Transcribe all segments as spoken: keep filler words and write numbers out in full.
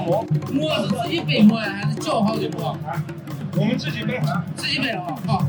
馍， 馍是自己背馍呀，还是叫好的馍？ 我们自己背， 自己背啊，好。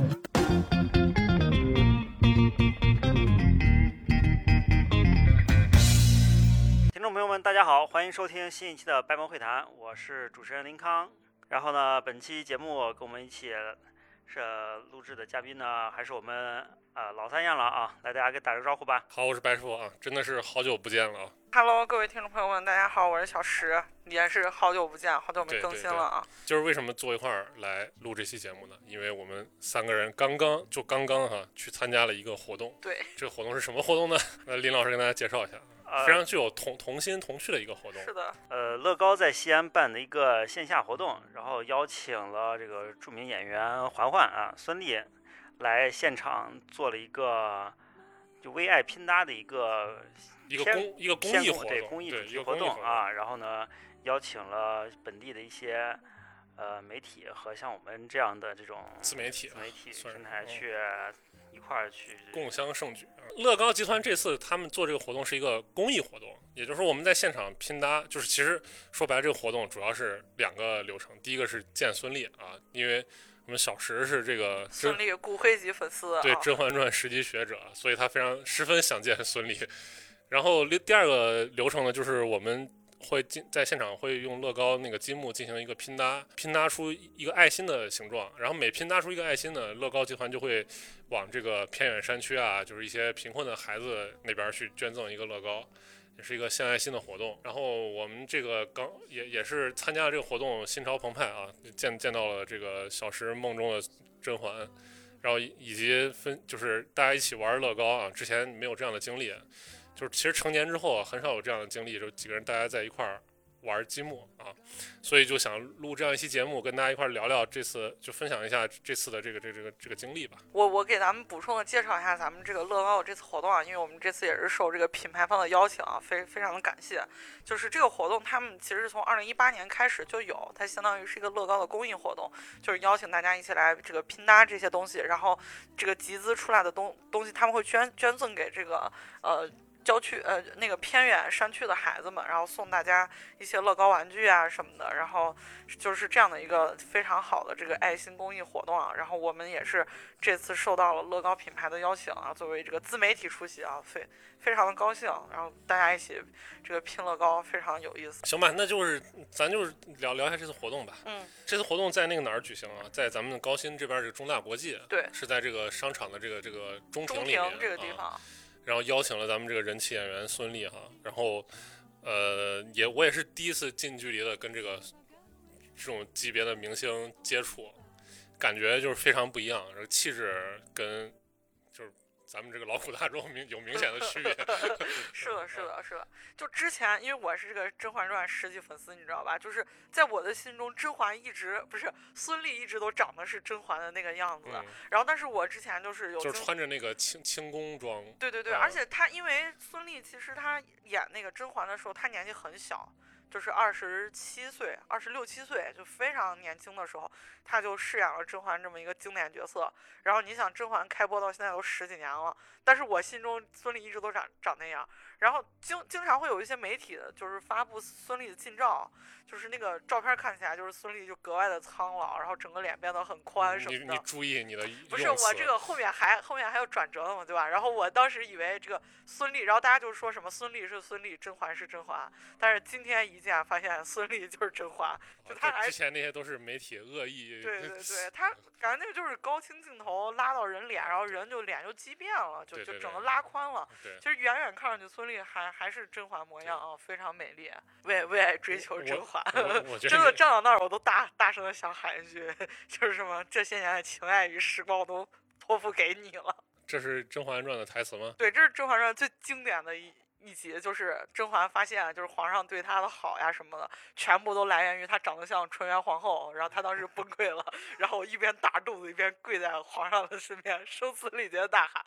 听众朋友们，大家好，欢迎收听新一期的掰馍会谈，我是主持人林康。然后呢，本期节目跟我们一起是录制的嘉宾呢，还是我们呃老三样了啊，来大家给打个招呼吧。 好，我是白叔啊，真的是好久不见了啊。 Hello， 各位听众朋友们，大家好，我是小石，也是好久不见，好久没更新了啊。 对对对，就是为什么坐一块儿来录这期节目呢？因为我们三个人刚刚就刚刚哈去参加了一个活动。 对， 这个活动是什么活动呢？那林老师跟大家介绍一下。 呃、 非常具有同同心同趣的一个活动。 是的， 呃，乐高在西安办的一个线下活动，然后邀请了这个著名演员环环啊孙俪来现场做了一个就为爱拼搭的一个一个公一个公益活动， 对公益主题活动啊。然后呢，邀请了本地的一些呃媒体和像我们这样的这种自媒体自媒体平台去一块儿去共襄盛举。乐高集团这次他们做这个活动是一个公益活动，也就是说我们在现场拼搭，就是其实说白了这个活动主要是两个流程，第一个是见孙俪啊，因为我们小石是这个孙俪骨灰级粉丝， 对《甄嬛传》十级学者，所以他非常十分想见孙俪。然后第二个流程呢，就是我们会进在现场会用乐高那个积木进行一个拼搭，拼搭出一个爱心的形状，然后每拼搭出一个爱心呢，乐高集团就会往这个偏远山区啊，就是一些贫困的孩子那边去捐赠一个乐高，也是一个献爱心的活动。然后我们这个刚也也是参加了这个活动，心潮澎湃啊，见见到了这个小石梦中的甄嬛，然后以及分就是大家一起玩乐高啊，之前没有这样的经历。就是其实成年之后很少有这样的经历，就几个人大家在一块儿玩积木啊，所以就想录这样一期节目，跟大家一块儿聊聊这次，就分享一下这次的这个这个这个这个经历吧。 我我给咱们补充的介绍一下咱们这个乐高的这次活动啊，因为我们这次也是受这个品牌方的邀请啊，非非常的感谢。就是这个活动，他们其实是从二零一八年开始就有，它相当于是一个乐高的公益活动，就是邀请大家一起来这个拼搭这些东西，然后这个集资出来的东东西，他们会捐捐赠给这个呃。郊区呃那个偏远山区的孩子们，然后送大家一些乐高玩具啊什么的，然后就是这样的一个非常好的这个爱心公益活动啊。然后我们也是这次受到了乐高品牌的邀请啊，作为这个自媒体出席啊，非非常的高兴。然后大家一起这个拼乐高非常有意思。 行吧，那就是咱就是聊聊一下这次活动吧。 嗯， 这次活动在那个哪儿举行啊？在咱们高新这边这个中大国际， 对， 是在这个商场的这个这个中庭中里面庭这个地方。 啊，然后邀请了咱们这个人气演员孙俪哈，然后，呃，也我也是第一次近距离的跟这个这种级别的明星接触，感觉就是非常不一样，这个气质跟就是咱们这个劳苦大众明有明显的区别。 是的，是的，是的。就之前，因为我是这个《甄嬛传》十级粉丝，你知道吧？就是在我的心中，甄嬛一直不是孙俪一直都长得是甄嬛的那个样子。嗯、然后，但是我之前就是有就是穿着那个清清宫装。 对对对， 嗯、 而且她因为孙俪其实她演那个甄嬛的时候，她年纪很小。就是二十七岁、二十六七岁，就非常年轻的时候，他就饰演了甄嬛这么一个经典角色。然后你想，甄嬛开播到现在都十几年了，但是我心中孙俪一直都长长那样。然后经经常会有一些媒体就是发布孙俪的近照，就是那个照片看起来就是孙俪就格外的苍老，然后整个脸变得很宽什么的。 你你注意你的用词。 不是我这个后面还后面还有转折的嘛，对吧？然后我当时以为这个孙俪，然后大家就说什么孙俪是孙俪，甄嬛是甄嬛，但是今天一见发现孙俪就是甄嬛，就他还之前那些都是媒体恶意。 对对对，他感觉那个就是高清镜头拉到人脸，然后人就脸就畸变了，就就整个拉宽了。 对， 其实远远看上去孙俪还还是甄嬛模样啊，非常美丽，为为爱追求甄嬛。真的站到那儿我都大大声的想喊一句，就是什么这些年的情爱与时光都托付给你了。 这是《甄嬛传》的台词吗？ 对，这是《甄嬛传》最经典的一一集，就是甄嬛发现就是皇上对她的好呀什么的，全部都来源于她长得像纯元皇后，然后她当时崩溃了，然后一边打肚子一边跪在皇上的身边，声嘶力竭的大喊：“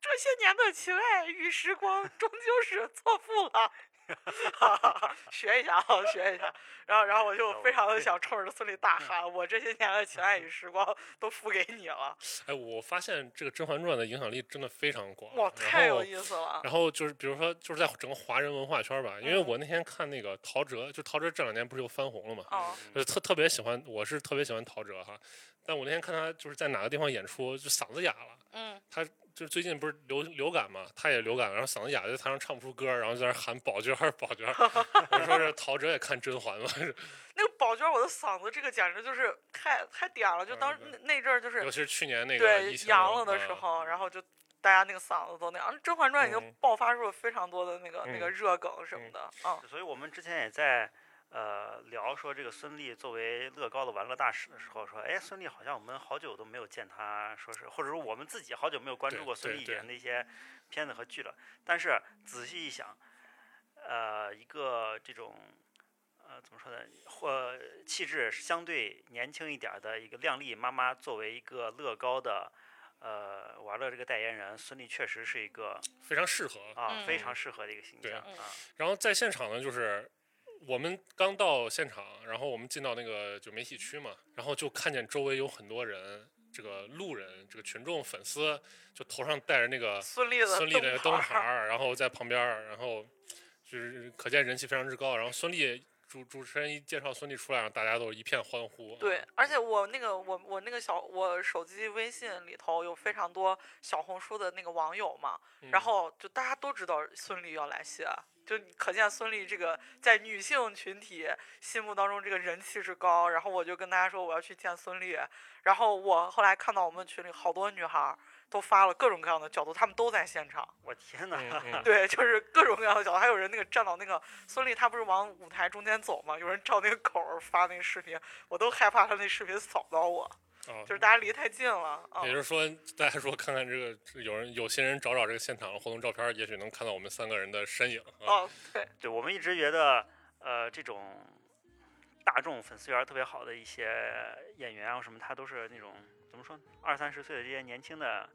这些年的情爱与时光，终究是错付了。学一下啊，学一下。然后，然后我就非常的想冲着孙俪大喊：“我这些年的情爱与时光都付给你了。” 哎，我发现这个《甄嬛传》的影响力真的非常广， 哇，太有意思了。 然后就是，比如说，就是在整个华人文化圈吧，因为我那天看那个陶喆，就陶喆这两年不是又翻红了嘛， 哦， 就特特别喜欢，我是特别喜欢陶喆哈。但我那天看他就是在哪个地方演出，就嗓子哑了。 嗯， 他就最近不是流流感嘛，他也流感，然后嗓子哑，在台上唱不出歌，然后在那喊宝娟宝娟。我说这陶喆也看甄嬛了。 那个宝娟，我的嗓子这个简直就是太太点了，就当、嗯、那那阵儿就是， 尤其是去年那个对阳了的时候，嗯、然后就大家那个嗓子都那样。《甄嬛传》已经爆发出了非常多的那个、嗯、那个热梗什么的啊、嗯。 所以我们之前也在。呃，聊说这个孙俪作为乐高的玩乐大使的时候，说，哎，孙俪好像我们好久都没有见她，说是，或者说我们自己好久没有关注过孙俪演那些片子和剧了。但是仔细一想，呃，一个这种，呃，怎么说呢，或气质相对年轻一点的一个靓丽妈妈，作为一个乐高的。呃，玩乐这个代言人孙俪确实是一个非常适合啊， 嗯、 非常适合的一个形象啊。 然后在现场呢，就是。我们刚到现场，然后我们进到那个就媒体区嘛，然后就看见周围有很多人，这个路人、这个群众、粉丝，就头上戴着那个孙俪的孙俪的灯牌，然后在旁边，然后就是可见人气非常之高。然后孙俪主主持人一介绍孙俪出来，大家都一片欢呼。 对，而且我那个我我那个小我手机微信里头有非常多小红书的那个网友嘛， 嗯、 然后就大家都知道孙俪要来戏。就可见孙俪这个在女性群体心目当中这个人气是高，然后我就跟大家说我要去见孙俪，然后我后来看到我们群里好多女孩都发了各种各样的角度，她们都在现场。 我天哪！ 嗯嗯、 对，就是各种各样的角度，还有人那个站到那个孙俪，她不是往舞台中间走吗？有人照那个口发那个视频，我都害怕她那视频扫到我。 哦、 就是大家离太近了， 也就是说，大家说看看这个，有人有些人找找这个现场的活动照片，也许能看到我们三个人的身影。啊、 哦，对， 对，我们一直觉得，呃，这种大众粉丝缘特别好的一些演员啊什么，他都是那种怎么说，二三十岁的这些年轻的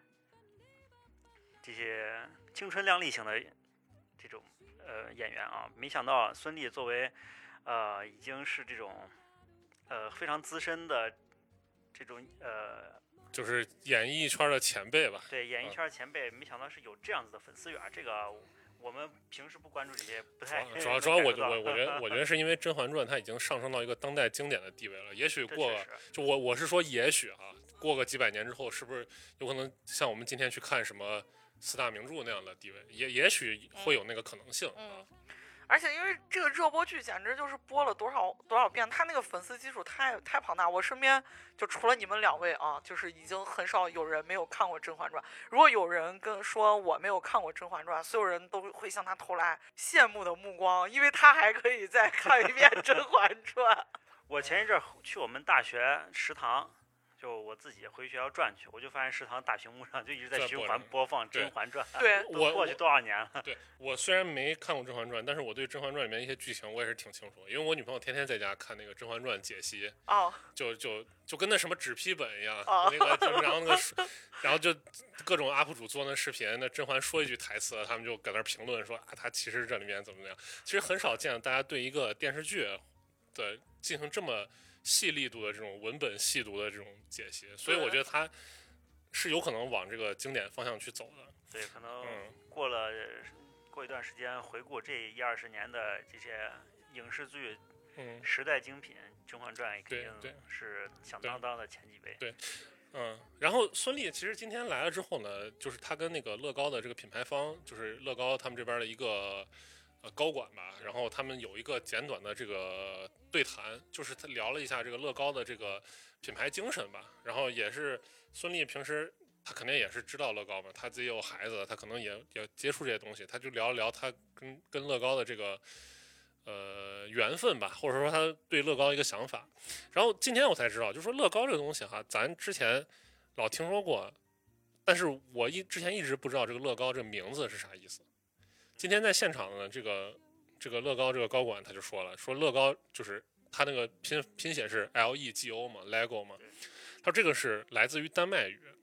这些青春靓丽型的这种呃演员啊，没想到孙俪作为呃已经是这种呃非常资深的。这种呃， 就是演艺圈的前辈吧。 对，演艺圈前辈，嗯、没想到是有这样子的粉丝缘。这个我们平时不关注这些，不太主要主要我我我觉得我觉得是因为《甄嬛传》它已经上升到一个当代经典的地位了。也许过个就我我是说也许啊，过个几百年之后，是不是有可能像我们今天去看什么四大名著那样的地位？也也许会有那个可能性。 嗯嗯而且因为这个热播剧简直就是播了多少多少遍，他那个粉丝基础太太庞大。我身边就除了你们两位啊，就是已经很少有人没有看过《甄嬛传》。如果有人跟说我没有看过《甄嬛传》，所有人都会向他投来羡慕的目光，因为他还可以再看一遍《甄嬛传》。 我前一阵去我们大学食堂。就我自己回学校转去，我就发现食堂大屏幕上就一直在循环播放《甄嬛传》。 对， 我过去多少年了？ 对，我虽然没看过《甄嬛传》，但是我对《甄嬛传》里面一些剧情我也是挺清楚，因为我女朋友天天在家看那个《甄嬛传》解析， 哦， 就就就跟那什么纸批本一样， 哦、 那个就然后那个，然后就各种 U P 主做那视频，那甄嬛说一句台词，他们就搁那评论说啊，她其实这里面怎么怎么样。其实很少见大家对一个电视剧的进行这么。细力度的这种文本细读的这种解析，所以我觉得它是有可能往这个经典方向去走的。 对，可能过了、嗯、过一段时间回顾这一二十年的这些影视剧， 嗯， 时代精品《甄嬛传》肯定是响当当的前几位。 对，嗯，然后孙俪其实今天来了之后呢，就是她跟那个乐高的这个品牌方，就是乐高他们这边的一个。呃，高管吧，然后他们有一个简短的这个对谈，就是他聊了一下这个乐高的这个品牌精神吧。然后也是孙俪平时他肯定也是知道乐高嘛，他自己有孩子，他可能也也接触这些东西，他就聊一聊他跟跟乐高的这个呃缘分吧，或者说他对乐高一个想法。然后今天我才知道，就是说乐高这个东西哈，咱之前老听说过，但是我一之前一直不知道这个乐高这个名字是啥意思。今天在现场呢，这个这个乐高这个高管他就说了，说乐高就是他那个拼拼写是 L E G O 嘛 ，Lego 嘛，他说这个是来自于丹麦语，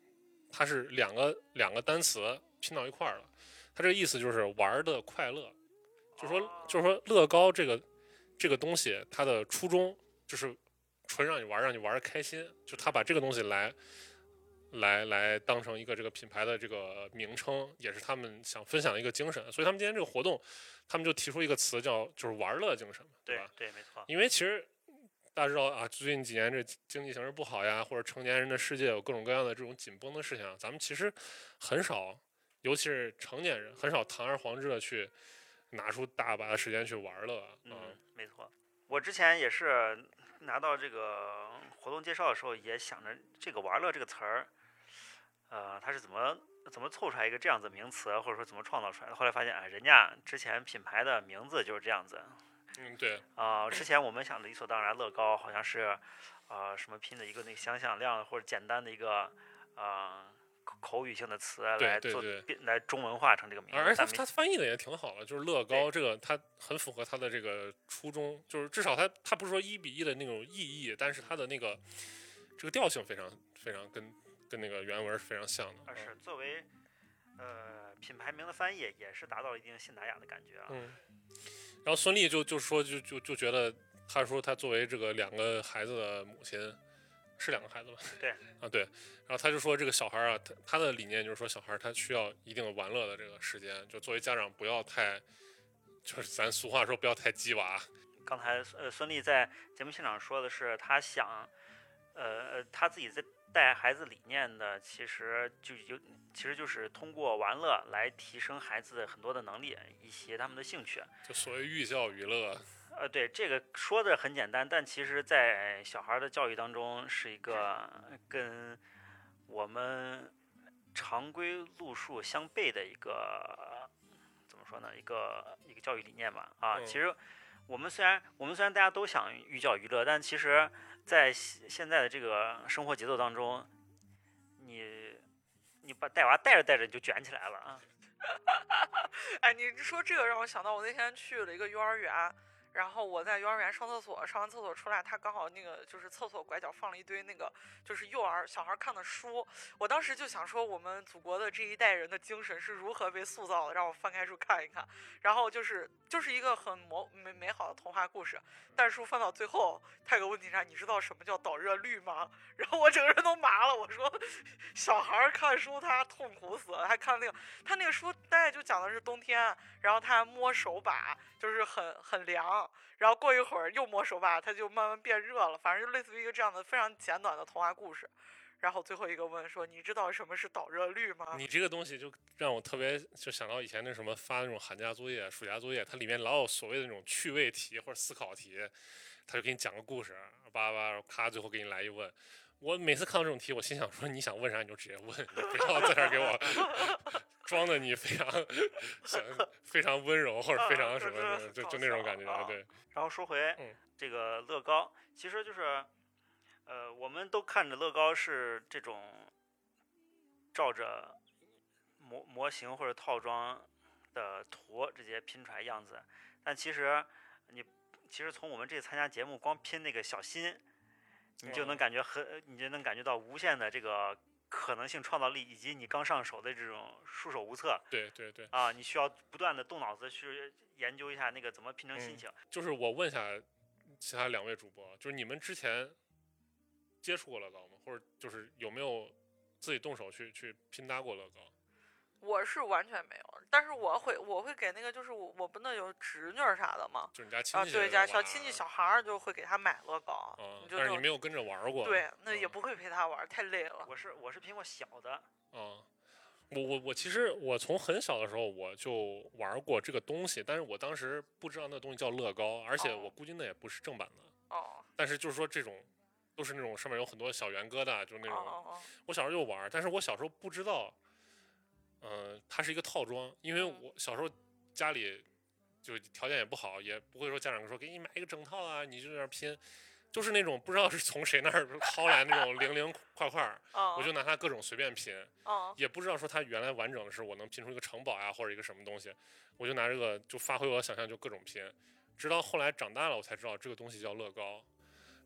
它是两个两个单词拼到一块儿了，它这个意思就是玩的快乐，就是说就是说乐高这个这个东西，它的初衷就是纯让你玩，让你玩的开心，就他把这个东西来来来当成一个这个品牌的这个名称，也是他们想分享的一个精神。所以他们今天这个活动，他们就提出一个词叫就是玩乐精神，对吧？ 对对，没错。 因为其实大家知道啊，最近几年这经济形势不好呀，或者成年人的世界有各种各样的这种紧绷的事情，咱们其实很少，尤其是成年人，很少堂而皇之的去拿出大把的时间去玩乐。 嗯，嗯没错。我之前也是拿到这个活动介绍的时候，也想着这个“玩乐”这个词儿，呃，它是怎么怎么凑出来一个这样子名词，或者说怎么创造出来的？后来发现，哎，人家之前品牌的名字就是这样子。 嗯，对。 啊、呃，之前我们想的理所当然，乐高好像是，呃，什么拼的一个那个想象量或者简单的一个，呃。口语性的词来做来中文化成这个名字， 而且它翻译的也挺好的，就是乐高这个它很符合它的这个初衷，就是至少它它不是说一比一的那种意义，但是它的那个这个调性非常非常跟跟那个原文是非常像的。 啊，是作为呃品牌名的翻译也是达到了一定信达雅的感觉啊。 嗯。然后孙俪就就说就就就觉得，她说她作为这个两个孩子的母亲。是两个孩子吧？ 对啊，对。然后他就说，这个小孩啊，他他的理念就是说，小孩他需要一定玩乐的这个时间，就作为家长不要太，就是咱俗话说不要太鸡娃。 刚才呃孙俪在节目现场说的是，他想，呃他自己在带孩子理念的，其实就有其实就是通过玩乐来提升孩子很多的能力以及他们的兴趣， 就所谓寓教于乐。 呃，对，这个说的很简单，但其实在小孩的教育当中是一个跟我们常规路数相悖的一个怎么说呢？一个一个教育理念吧。啊， 嗯、 其实我们虽然我们虽然大家都想寓教于乐，但其实在现在的这个生活节奏当中，你你把带娃带着带着你就卷起来了啊。 哎，你说这个让我想到，我那天去了一个幼儿园。然后我在幼儿园上厕所，上完厕所出来，他刚好那个就是厕所拐角放了一堆那个就是幼儿小孩看的书。我当时就想说，我们祖国的这一代人的精神是如何被塑造的，让我翻开书看一看。然后就是就是一个很魔美美好的童话故事，但书翻到最后，他有个问题是，你知道什么叫导热率吗？然后我整个人都麻了。我说，小孩看书他痛苦死了，还看那个他那个书大概就讲的是冬天，然后他摸手把就是很很凉。然后过一会儿又摸手把，它就慢慢变热了。反正就类似于一个这样的非常简短的童话故事。然后最后一个问说：“你知道什么是导热率吗？” 你这个东西就让我特别就想到以前那什么发那种寒假作业、暑假作业，它里面老有所谓的那种趣味题或者思考题，他就给你讲个故事，叭叭，咔，最后给你来一问。我每次看到这种题，我心想说，你想问啥你就直接问，你不要在这儿给我装的你非常想非常温柔或者非常什么，就就那种感觉，对。 然后说回这个乐高，其实就是，呃，我们都看着乐高是这种照着模模型或者套装的图直接拼出来样子，但其实你其实从我们这次参加节目，光拼那个小心。你就能感觉很，你就能感觉到无限的这个可能性、创造力，以及你刚上手的这种束手无策。 对对对。 啊，你需要不断的动脑子去研究一下那个怎么拼成心情。 嗯、就是我问一下其他两位主播，就是你们之前接触过乐高吗？或者就是有没有自己动手去去拼搭过乐高？ 我是完全没有，但是我会我会给那个就是我我不能有侄女啥的嘛， 就是你家亲戚啊，对，家小亲戚小孩儿就会给他买乐高， 啊， 就但是你没有跟着玩过， 对，那也不会陪他玩，太累了。 我是我是拼过小的， 啊，我我我其实我从很小的时候我就玩过这个东西，但是我当时不知道那东西叫乐高，而且我估计那也不是正版的， 哦， 但是就是说这种都是那种上面有很多小圆疙瘩，就是那种， 哦、 我小时候就玩，但是我小时候不知道。嗯、呃，它是一个套装，因为我小时候家里就条件也不好，也不会说家长说给你买一个整套啊，你就在那拼，就是那种不知道是从谁那儿薅来那种零零块块， 哦、 我就拿它各种随便拼， 哦、 也不知道说它原来完整的是我能拼出一个城堡呀、啊、或者一个什么东西，我就拿这个就发挥我的想象就各种拼，直到后来长大了我才知道这个东西叫乐高。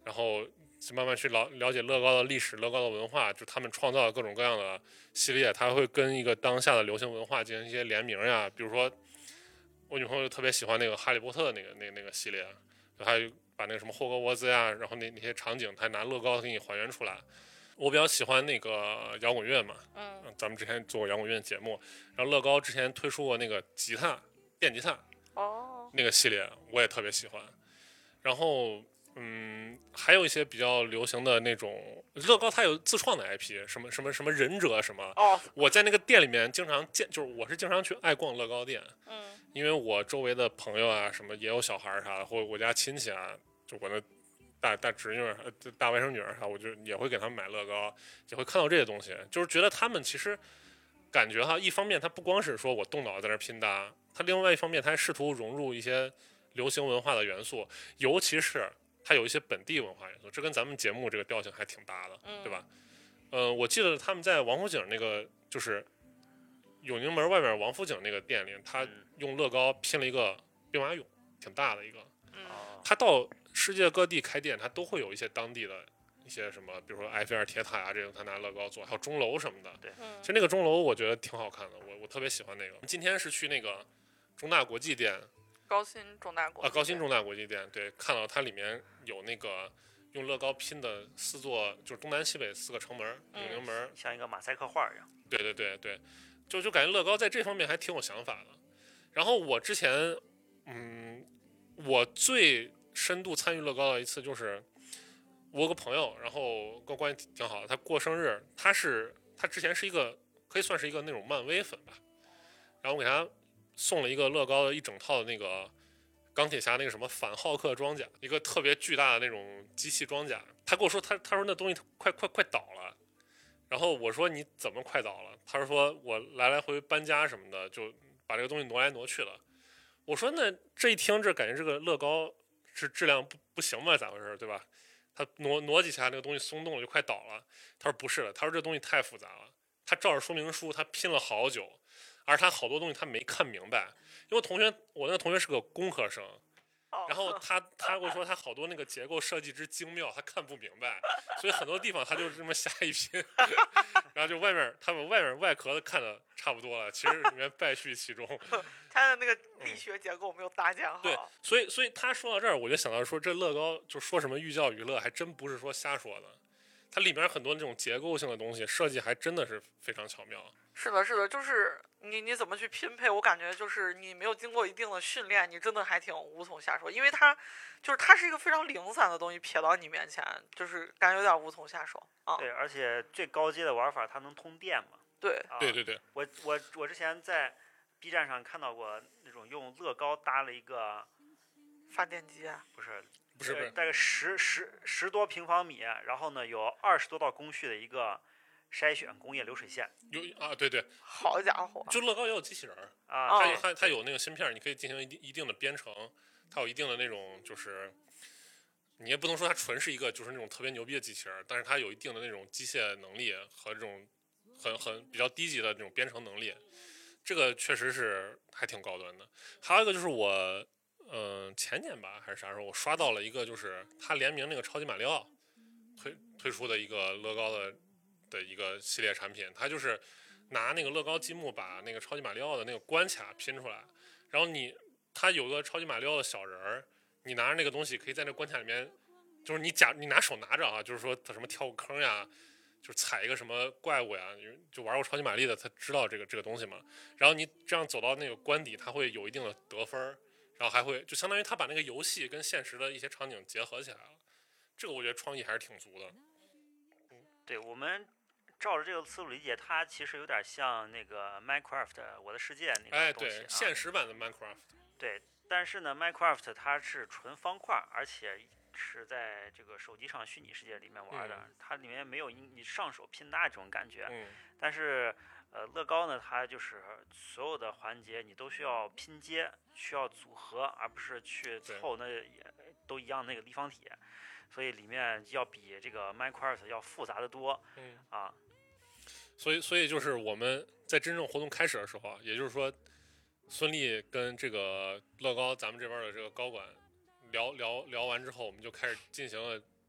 然后就慢慢去了了解乐高的历史、乐高的文化，就他们创造的各种各样的系列，它会跟一个当下的流行文化进行一些联名呀。比如说，我女朋友特别喜欢那个哈利波特的那个那个、那个系列，还有把那个什么霍格沃兹呀，然后那那些场景，他拿乐高给你还原出来。我比较喜欢那个摇滚乐嘛， 嗯， 咱们之前做过摇滚乐节目，然后乐高之前推出过那个吉他、电吉他， 哦， 那个系列我也特别喜欢。然后。嗯，还有一些比较流行的那种乐高，它有自创的 I P， 什么什么什么忍者什么。 哦， 我在那个店里面经常见，就是我是经常去爱逛乐高店。 嗯， 因为我周围的朋友啊，什么也有小孩啥的，或者我家亲戚啊，就我的大大侄女儿、大外甥女儿啥，我就也会给他们买乐高，也会看到这些东西，就是觉得他们其实感觉哈，一方面他不光是说我动脑在那拼搭，他另外一方面他还试图融入一些流行文化的元素，尤其是。它有一些本地文化元素，这跟咱们节目这个调性还挺搭的，对吧？呃，我记得他们在王府井那个就是永宁门外面王府井那个店里，他用乐高拼了一个兵马俑，挺大的一个。 嗯， 他到世界各地开店，他都会有一些当地的一些什么，比如说埃菲尔铁塔呀，这种他拿乐高做，还有钟楼什么的。 对， 其实那个钟楼我觉得挺好看的，我我特别喜欢那个。今天是去那个中大国际店。 高新中大国啊，高新中大国际店，对，看到它里面有那个用乐高拼的四座，就是东南西北四个城门，永宁门， 像一个马赛克画一样。 对对对对，就就感觉乐高在这方面还挺有想法的。然后我之前，嗯，我最深度参与乐高的一次就是，我有个朋友，然后跟我关系挺好的，他过生日，他是他之前是一个可以算是一个那种漫威粉吧，然后我给他。送了一个乐高的一整套的那个钢铁侠那个什么反浩克装甲，一个特别巨大的那种机器装甲。他跟我说他他说那东西快快快倒了，然后我说你怎么快倒了？他说我来来回搬家什么的，就把这个东西挪来挪去了。我说那这一听这感觉这个乐高是质量不不行吗？咋回事对吧？他挪挪几下那个东西松动了就快倒了。他说不是的，他说这东西太复杂了，他照着说明书他拼了好久。而他好多东西他没看明白，因为同学，我那个同学是个工科生，然后他他跟我说他好多那个结构设计之精妙，他看不明白，所以很多地方他就这么瞎一拼，然后就外面他们外面外壳子看的差不多了，其实里面败絮其中。 他的那个力学结构没有搭建好。 对，所以所以他说到这儿，我就想到说这乐高就说什么寓教于乐，还真不是说瞎说的，它里面很多那种结构性的东西设计还真的是非常巧妙。 是的，是的，就是你你怎么去拼配，我感觉就是你没有经过一定的训练，你真的还挺无从下手，因为它就是它是一个非常零散的东西撇到你面前，就是感觉有点无从下手啊。 对，而且最高阶的玩法它能通电嘛。 对， 啊、 对对对。 我我我之前在 B 站上看到过那种用乐高搭了一个发电机啊？ 不是不是不是， 大概十十十多平方米，然后呢有二十多道工序的一个。筛选工业流水线有啊，对对， 好家伙， 就乐高也有机器人啊， 它有它它有那个芯片，你可以进行一定一定的编程，它有一定的那种就是，你也不能说它纯是一个就是那种特别牛逼的机器人，但是它有一定的那种机械能力和这种很很比较低级的这种编程能力，这个确实是还挺高端的。还有一个就是我嗯、呃、前年吧还是啥时候我刷到了一个就是它联名那个超级马里奥推推出的一个乐高的。的一个系列产品，它就是拿那个乐高积木把那个超级马里奥的那个关卡拼出来，然后你它有个超级马里奥的小人儿，你拿着那个东西可以在那关卡里面，就是你假你拿手拿着啊，就是说它什么跳个坑呀，就是踩一个什么怪物呀，就玩过超级玛丽的他知道这个这个东西嘛。然后你这样走到那个关底，它会有一定的得分，然后还会就相当于他把那个游戏跟现实的一些场景结合起来了，这个我觉得创意还是挺足的。 对，我们照着这个思路理解，它其实有点像那个 Minecraft 我的世界那个东西、啊、 哎，对，现实版的 Minecraft。 对，但是呢 Minecraft 它是纯方块，而且是在这个手机上虚拟世界里面玩的、嗯、它里面没有你上手拼搭这种感觉、 嗯、 但是呃乐高呢它就是所有的环节你都需要拼接，需要组合，而不是去凑那也都一样那个立方体，所以里面要比这个 Minecraft 要复杂的多、 嗯、 啊。 所以所以就是我们在真正活动开始的时候，也就是说孙俪跟这个乐高咱们这边的这个高管聊聊聊完之后，我们就开始进行了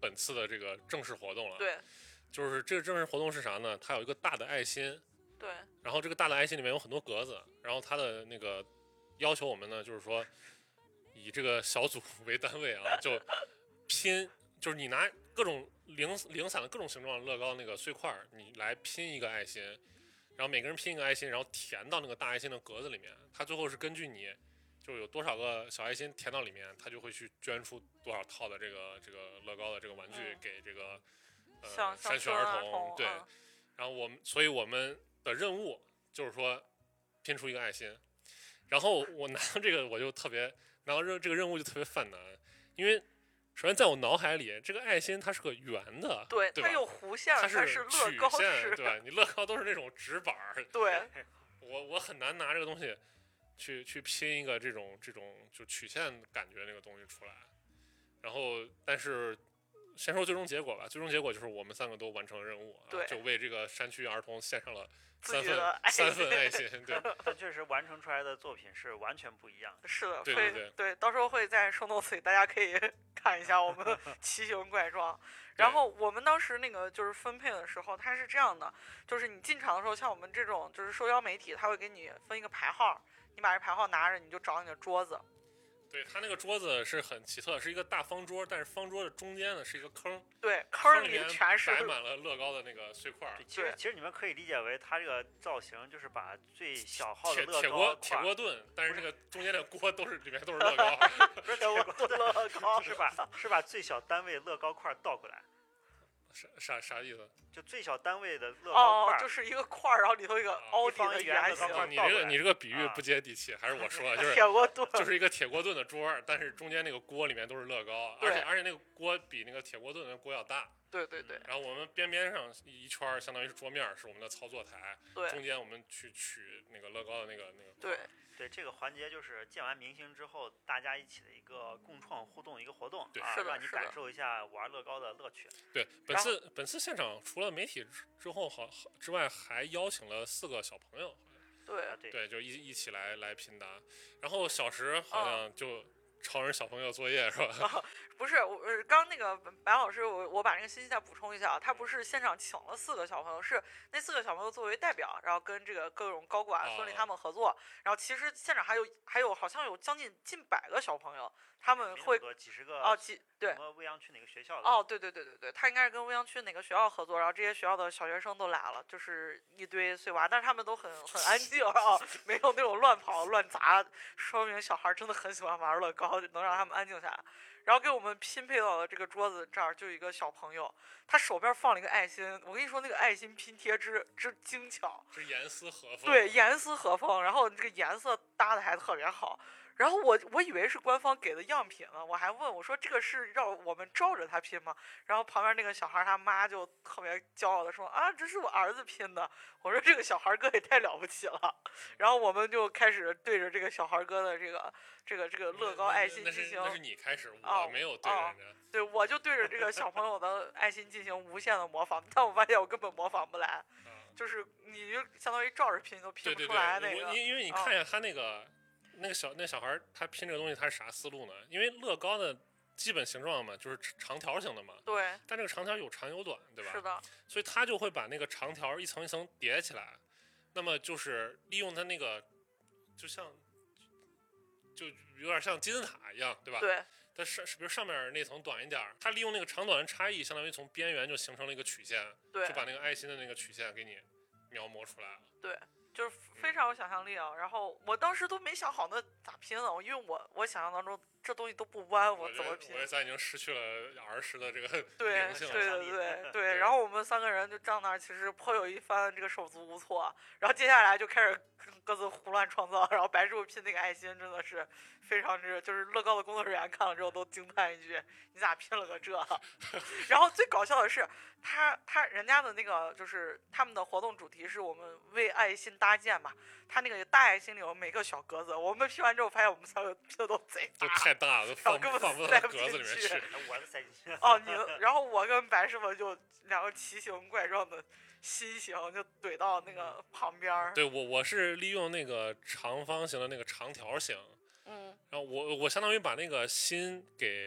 本次的这个正式活动了。 对， 就是这个正式活动是啥呢？它有一个大的爱心， 对， 然后这个大的爱心里面有很多格子，然后它的那个要求我们呢，就是说以这个小组为单位啊，就拼，就是你拿各种零零散的各种形状的乐高那个碎块，你来拼一个爱心，然后每个人拼一个爱心，然后填到那个大爱心的格子里面，它最后是根据你就有多少个小爱心填到里面，它就会去捐出多少套的这个这个乐高的这个玩具、 嗯、 给这个呃像山区儿童。 童对、 嗯， 然后我们，所以我们的任务就是说拼出一个爱心。然后我拿到这个我就特别拿到这这个任务就特别犯难，因为首先在我脑海里，这个爱心它是个圆的， 对， 对吧它有弧线， 它是是乐高曲线， 式， 对吧？你乐高都是那种直板儿， 对， 我我很难拿这个东西去去拼一个这种这种就曲线感觉那个东西出来。然后，但是先说最终结果吧，最终结果就是我们三个都完成了任务， 对啊、就为这个山区儿童献上了自三份己的爱三份爱心，对。 但确实完成出来的作品是完全不一样的。 是的， 对会对对到时候会在show notes里，大家可以看一下我们奇形怪状。然后我们当时那个就是分配的时候，它是这样的，就是你进场的时候，像我们这种就是受邀媒体，他会给你分一个牌号，你把这牌号拿着，你就找你的桌子。 对，它那个桌子是很奇特，是一个大方桌，但是方桌的中间呢是一个坑， 对， 坑里全是摆满了乐高的那个碎块。 对，其实其实你们可以理解为它这个造型就是把最小号的乐高铁锅铁锅炖，但是这个中间的锅都是里面都是乐高， 不是铁锅炖乐高， 是把是把最小单位乐高块倒过来。 啥啥啥意思？ 就最小单位的乐高块， 哦，就是一个块儿，然后里头一个凹底的圆形。 你这个你这个比喻不接地气，还是我说，就是铁锅炖， 就是一个铁锅炖的桌，但是中间那个锅里面都是乐高，而且而且那个锅比那个铁锅炖的锅要大。 对对对。 然后我们边边上一圈相当于是桌面，是我们的操作台， 对， 中间我们去取那个乐高的那个那个。 对。 对，这个环节就是建完明星之后，大家一起的一个共创互动一个活动， 对， 啊， 是的， 让你感受一下玩乐高的乐趣。 对，本次本次现场除了媒体之后好之外，还邀请了四个小朋友， 对对对，就一一起来来拼搭。然后小石好像就超人小朋友作业是吧？ 啊，不是，我刚那个白老师，我我把这个信息再补充一下，他不是现场请了四个小朋友，是那四个小朋友作为代表，然后跟这个各种高管、孙俪他们合作。然后其实现场还有还有好像有将近近百个小朋友，他们会几十个哦几对什么未央区哪个学校的？ 哦对对对对对，他应该是跟未央区哪个学校合作，然后这些学校的小学生都来了，就是一堆碎娃，但是他们都很很安静啊，没有那种乱跑乱砸，说明小孩真的很喜欢玩乐高，能让他们安静下来。然后给我们拼配到的这个桌子这儿就有一个小朋友，他手边放了一个爱心，我跟你说那个爱心拼贴之之精巧， 是严丝合缝， 对，严丝合缝，然后这个颜色搭的还特别好。然后我我以为是官方给的样品呢，我还问我说这个是让我们照着他拼吗？然后旁边那个小孩他妈就特别骄傲的说啊，这是我儿子拼的。我说这个小孩哥也太了不起了。然后我们就开始对着这个小孩哥的这个这个这个乐高爱心进行， 那是你开始，我没有对着人家、 哦哦。对，我就对着这个小朋友的爱心进行无限的模仿，但我发现我根本模仿不来， 嗯、 就是你就相当于照着拼都拼不出来那个。 对对对，因因为你看一下他那个。哦那个小那小孩他拼这个东西他是啥思路呢？因为乐高的基本形状嘛，就是长条形的嘛。 对。 但这个长条有长有短，对吧？ 是的。 所以他就会把那个长条一层一层叠起来，那么就是利用它那个，就像就有点像金字塔一样，对吧？ 对。 它上比如上面那层短一点，它利用那个长短的差异，相当于从边缘就形成了一个曲线， 对， 就把那个爱心的那个曲线给你描摹出来了。 对。就是非常有想象力啊！然后我当时都没想好那咋拼呢，因为我我想象当中这东西都不弯，我怎么拼？ 我咱已经失去了儿时的这个对灵性了。 对对对对。然后我们三个人就站那儿，其实颇有一番这个手足无措。然后接下来就开始各自胡乱创造。然后白师傅拼那个爱心真的是非常之，就是乐高的工作人员看了之后都惊叹一句：“你咋拼了个这？”然后最搞笑的是，他他人家的那个就是他们的活动主题是我们为爱心搭建嘛。他那个大爱心里有每个小格子，我们拼完之后发现我们三个拼的都贼大， 就太大了，都放根本放不到格子里面去。 我是塞进去。 哦，你然后我跟白师傅就两个奇形怪状的心形就怼到那个旁边。 对我我是利用那个长方形的那个长条形， 嗯， 然后我我相当于把那个心给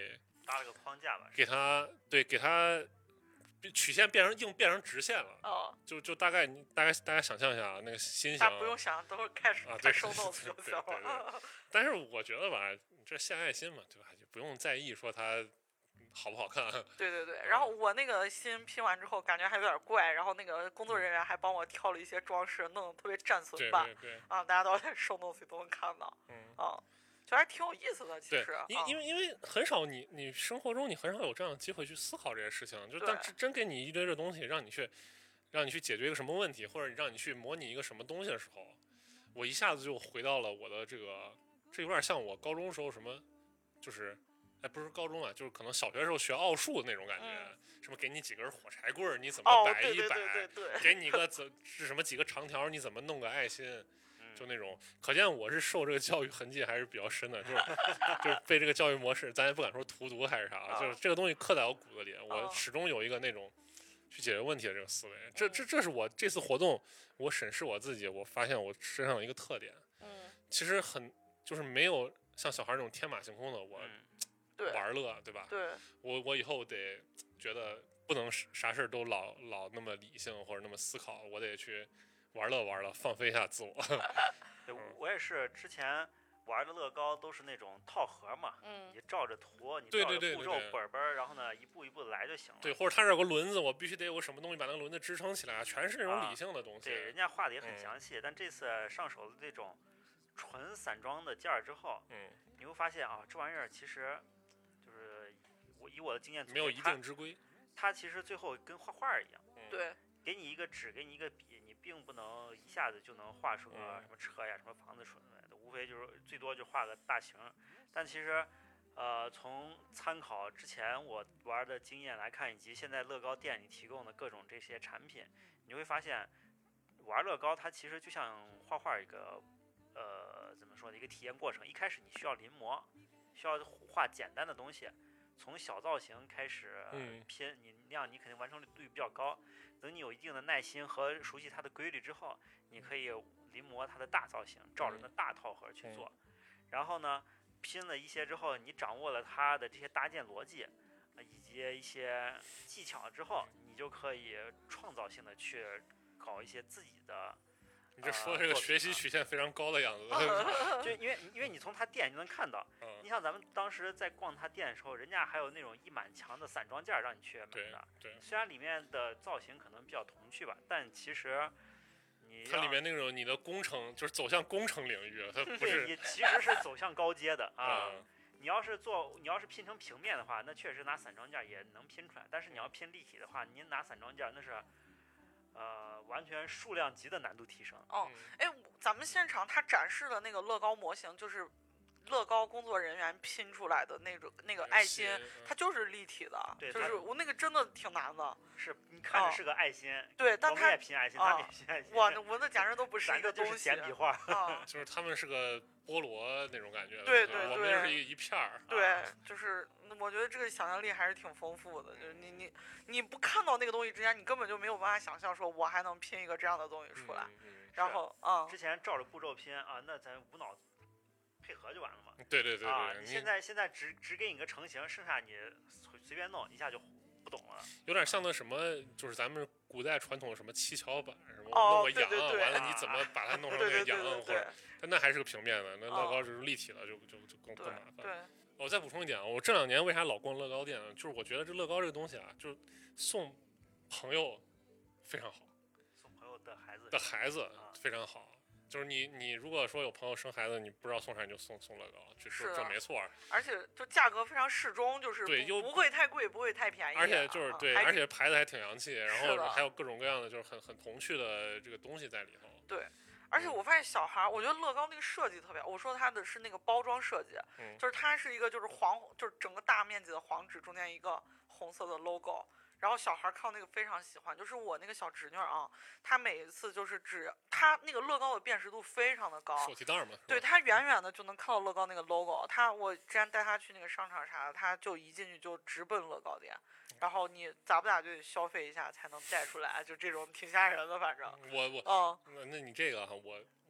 搭了个框架吧， 给它对给它曲线变成硬变成直线了。 哦， 就就大概你大概大家想象一下啊，那个心大形家不用想，等会儿开始啊，对， 看收 notes 就行对对对了。 对。但是我觉得吧，这献爱心嘛，对吧？就不用在意说它好不好看。 对对对，然后我那个心拼完之后感觉还有点怪，然后那个工作人员还帮我挑了一些装饰，弄得特别战损对版对对， 啊，大家都在收 notes 里都能看到嗯。 啊，就还挺有意思的，其对实，啊因因为因为很少你你生活中你很少有这样的机会去思考这些事情，就对但真真给你一堆这东西，让你去让你去解决一个什么问题，或者让你去模拟一个什么东西的时候，我一下子就回到了我的这个，这有点像我高中时候什么，就是哎不是高中啊，就是可能小学时候学奥数的那种感觉， 嗯什么给你几根火柴棍儿，你怎么哦， 摆一摆， 对对对对对， 给你一个怎是什么几个长条，你怎么弄个爱心。 嗯就那种，可见我是受这个教育痕迹还是比较深的，就是就是被这个教育模式，咱也不敢说荼毒还是啥， 啊就是这个东西刻在我骨子里，我啊始终有一个那种去解决问题的这个思维。这这这是我这次活动，我审视我自己，我发现我身上有一个特点， 嗯， 其实很就是没有像小孩那种天马行空的我嗯对玩乐，对吧？ 对， 我我以后得觉得不能啥事儿都老老那么理性或者那么思考，我得去玩乐玩乐，放飞一下自我。 对，我也是之前玩的乐高都是那种套盒嘛， 嗯你照着图，你对照着步骤对对对对本本，然后呢一步一步的来就行了。 对，或者它这有个轮子，我必须得有个什么东西把那个轮子支撑起来，全是那种理性的东西。 对，人家画的也很嗯详细，但这次上手的这种纯散装的件儿之后， 嗯， 你会发现啊，这玩意儿其实就是我以我的经验总没有一结它定之规。 它其实最后跟画画一样， 嗯、 对， 给你一个纸，给你一个笔，你并不能一下子就能画出个嗯什么车呀、什么房子出来的，无非就是最多就画个大形。但其实，呃，从参考之前我玩的经验来看，以及现在乐高店里提供的各种这些产品，你会发现，玩乐高它其实就像画画一个，呃，怎么说的一个体验过程。一开始你需要临摹，需要画简单的东西。从小造型开始拼，你那样你肯定完成率比较高。等你有一定的耐心和熟悉它的规律之后，你可以临摹它的大造型，照着那大套盒去做。然后呢，拼了一些之后，你掌握了它的这些搭建逻辑，以及一些技巧之后，你就可以创造性的去搞一些自己的。 你这说的这个学习曲线非常高的样子， 就因为因为你从他店就能看到， 嗯、 你像咱们当时在逛他店的时候，人家还有那种一满墙的散装件让你去买的。 对，对虽然里面的造型可能比较童趣吧，但其实你它里面那种你的工程就是走向工程领域，它不是， 对，你其实是走向高阶的啊。 嗯、 你要是做，你要是拼成平面的话，那确实拿散装件也能拼出来。但是你要拼立体的话，您拿散装件那是。呃，完全数量级的难度提升。 哦，哎，咱们现场他展示的那个乐高模型，就是乐高工作人员拼出来的那种那个爱心，它就是立体的， 对， 就是我那个真的挺难的。 是你看着是个爱心， 哦、对，但它也拼爱心，他们也拼爱心。 哇，那我那简直都不是一个东西， 简笔画啊， 就是他们是个菠萝那种感觉。 对对对， 我们就是一一片儿。 对，就是我觉得这个想象力还是挺丰富的。就是你你你不看到那个东西之前，你根本就没有办法想象说我还能拼一个这样的东西出来。 嗯嗯、 然后啊， 嗯、之前照着步骤拼啊，那咱无脑配合就完了嘛。 对对对对。 啊， 你现在现在只只给你个成型，剩下你随随便弄一下就不懂了。 有点像那什么，就是咱们古代传统什么七巧板，什么哦、 弄个羊， 对对对完了你怎么把它弄成那个羊，或者但那还是个平面的，那乐高就是立体的，就就就更更麻烦。 对。 我再补充一点啊，我这两年为啥老逛乐高店呢？就是我觉得这乐高这个东西啊，就是送朋友非常好， 送朋友的孩子的孩子非常好。就是你你如果说有朋友生孩子，你不知道送啥你就送送乐高，这这这没错。 而且就价格非常适中，就是对，又不会太贵，不会太便宜。 而且就是对， 啊、 而且牌子还挺洋气，然后还有各种各样的就是很很童趣的这个东西在里头。 对。而且我发现小孩，我觉得乐高那个设计特别，我说它的是那个包装设计， 嗯、 就是它是一个就是黄，就是整个大面积的黄纸中间一个红色的 logo， 然后小孩看到那个非常喜欢。就是我那个小侄女啊，她每一次就是只她那个乐高的辨识度非常的高， 手提袋嘛， 对，她远远的就能看到乐高那个 logo。她我之前带她去那个商场啥的，她就一进去就直奔乐高店。然后你咋不咋就得消费一下才能带出来，就这种挺吓人的，反正。 我我， 嗯， 那那你这个哈，我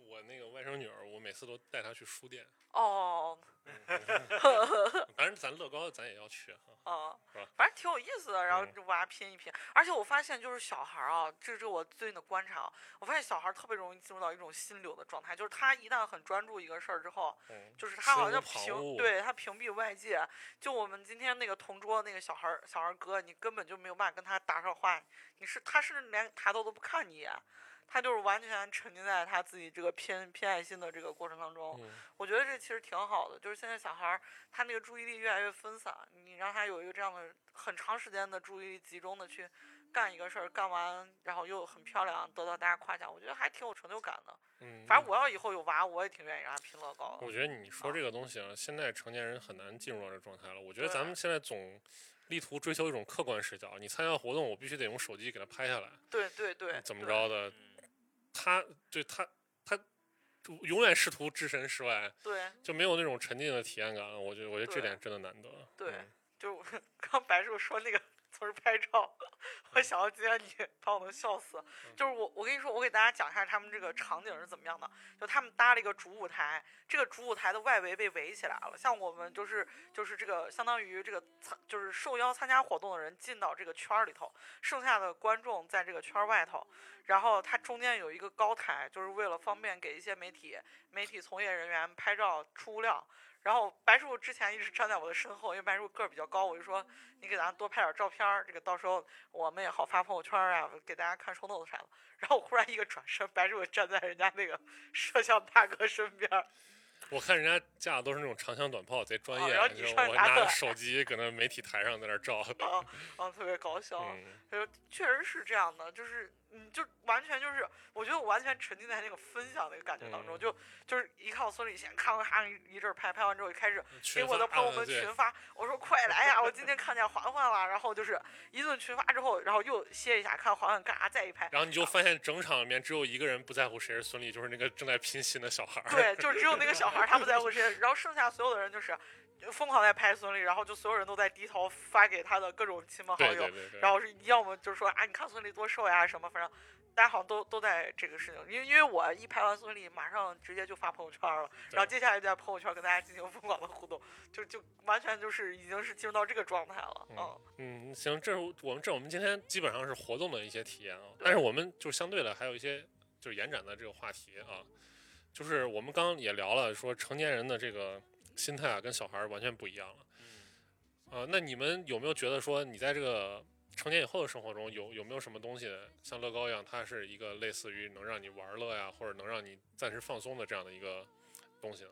我那个外甥女儿，我每次都带她去书店。 哦， 反正咱乐高咱也要去哈。 啊， 是吧？ 反正挺有意思的，然后嗯就娃拼一拼，而且我发现就是小孩儿啊，这是我最近的观察啊，我发现小孩儿特别容易进入到一种心流的状态，就是他一旦很专注一个事儿之后， 嗯， 就是他好像屏， 心无旁骛对他屏蔽外界。就我们今天那个同桌那个小孩儿小孩儿哥，你根本就没有办法跟他搭上话，你是他甚至连抬头都不看你一眼。他就是完全沉浸在他自己这个偏偏爱心的这个过程当中， 嗯我觉得这其实挺好的。就是现在小孩儿他那个注意力越来越分散，你让他有一个这样的很长时间的注意力集中的去干一个事儿，干完然后又很漂亮，得到大家夸奖，我觉得还挺有成就感的。 嗯， 反正我要以后有娃，我也挺愿意让他拼乐高的。 我觉得你说这个东西啊，现在成年人很难进入到这个状态了。我觉得咱们现在总力图追求一种客观视角，你参加活动，我必须得用手机给它拍下来， 对对对， 怎么对？ 着的？他对他他永远试图置身事外， 对就没有那种沉浸的体验感。我觉得，我觉得这对点真的难得。 对嗯就是刚白叔说那个从这拍照，我想到今天你把我能笑死。就是我我跟你说，我给大家讲一下他们这个场景是怎么样的。就他们搭了一个主舞台，这个主舞台的外围被围起来了。像我们就是就是这个相当于这个参就是受邀参加活动的人进到这个圈儿里头，剩下的观众在这个圈儿外头。然后它中间有一个高台，就是为了方便给一些媒体媒体从业人员拍照出物料。然后白师傅之前一直站在我的身后，因为白师傅个儿比较高，我就说你给咱多拍点照片儿，这个到时候我们也好发朋友圈啊，给大家看show note啥的。然后我忽然一个转身，白师傅站在人家那个摄像大哥身边。 我看人家架的都是那种长枪短炮，贼专业。 哦然后你就上拿个我拿着手机搁那媒体台上在那照。 啊啊，特别搞笑。 嗯就确实是这样的，就是嗯，就完全就是，我觉得我完全沉浸在那个分享那个感觉当中， 嗯就就是一看我孙俪先看完哈一阵拍，拍完之后就开始给群我的朋友们发对群发，我说快来呀，我今天看见环环了，然后就是一顿群发之后，然后又歇一下看环环干啥，再一拍， 然后你就发现整场里面只有一个人不在乎谁是孙俪，就是那个正在拼心的小孩儿。 对，就只有那个小孩他不在乎谁，然后剩下所有的人就是疯狂在拍孙俪，然后就所有人都在低头发给他的各种亲朋好对友， 对对对。 然后是要么就是说啊，你看孙俪多瘦呀什么，反正大家好像都都在这个事情，因为因为我一拍完孙俪，马上直接就发朋友圈了，然后接下来就在朋友圈跟大家进行疯狂的互动，就就完全就是已经是进入到这个状态了，嗯嗯，行，这是我们这我们今天基本上是活动的一些体验啊，但是我们就相对的还有一些就是延展的这个话题啊，就是我们刚刚也聊了，说成年人的这个心态啊跟小孩完全不一样了。呃，那你们有没有觉得说你在这个成年以后的生活中有有没有什么东西像乐高一样，它是一个类似于能让你玩乐呀，或者能让你暂时放松的这样的一个东西呢？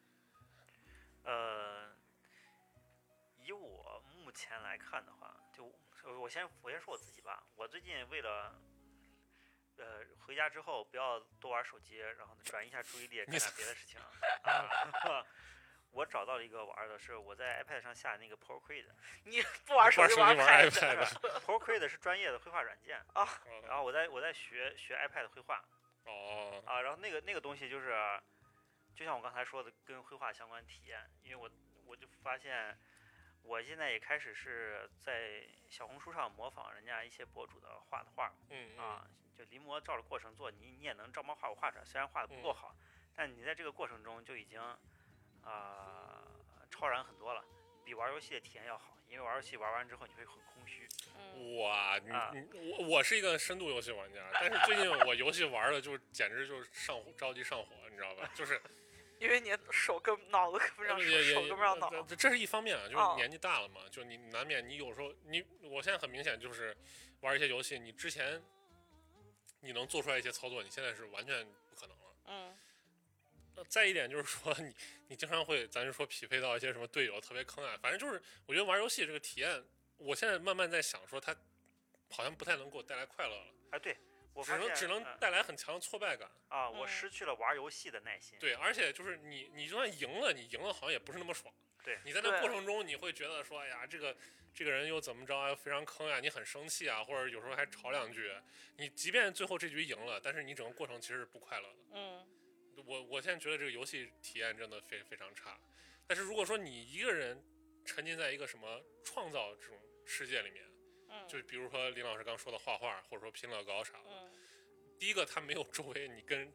呃，以我目前来看的话，就我先我先说我自己吧。我最近为了呃回家之后不要多玩手机，然后转移一下注意力，干点别的事情啊。我找到了一个玩的，是我在 iPad 上下那个 Procreate。 你不玩手机玩 iPad。 Procreate 是专业的绘画软件啊。 然后我在我在学学 iPad 绘画。 哦。 啊，然后那个那个东西就是，就像我刚才说的，跟绘画相关体验。因为我我就发现，我现在也开始是在小红书上模仿人家一些博主的画的画。 嗯啊，就临摹照着过程做，你你也能照猫画虎画出来，虽然画的不够好， 嗯、 但你在这个过程中就已经。啊、呃，超然很多了，比玩游戏的体验要好。因为玩游戏玩完之后你会很空虚。 哇，你、啊、你我我是一个深度游戏玩家，但是最近我游戏玩的就简直就是上火，着急上火，你知道吧？就是因为你手跟脑子跟不上手，手跟不上脑。 这是一方面啊，就是年纪大了嘛，哦、就你难免你有时候你，我现在很明显就是玩一些游戏，你之前你能做出来一些操作，你现在是完全不可能了。 嗯。 再一点就是说你，你你经常会，咱就说匹配到一些什么队友特别坑啊，反正就是我觉得玩游戏这个体验，我现在慢慢在想说，它好像不太能给我带来快乐了。 哎，对，我只能只能带来很强的挫败感啊！我失去了玩游戏的耐心。 对，而且就是你你就算赢了，你赢了好像也不是那么爽。 对， 你在那过程中你会觉得说，哎呀，这个这个人又怎么着啊，非常坑啊，你很生气啊，或者有时候还吵两句。你即便最后这局赢了，但是你整个过程其实是不快乐的。 嗯。 我我现在觉得这个游戏体验真的非非常差，但是如果说你一个人沉浸在一个什么创造这种世界里面， 嗯， 就比如说林老师刚说的画画，或者说拼乐高啥的， 嗯， 第一个他没有周围你跟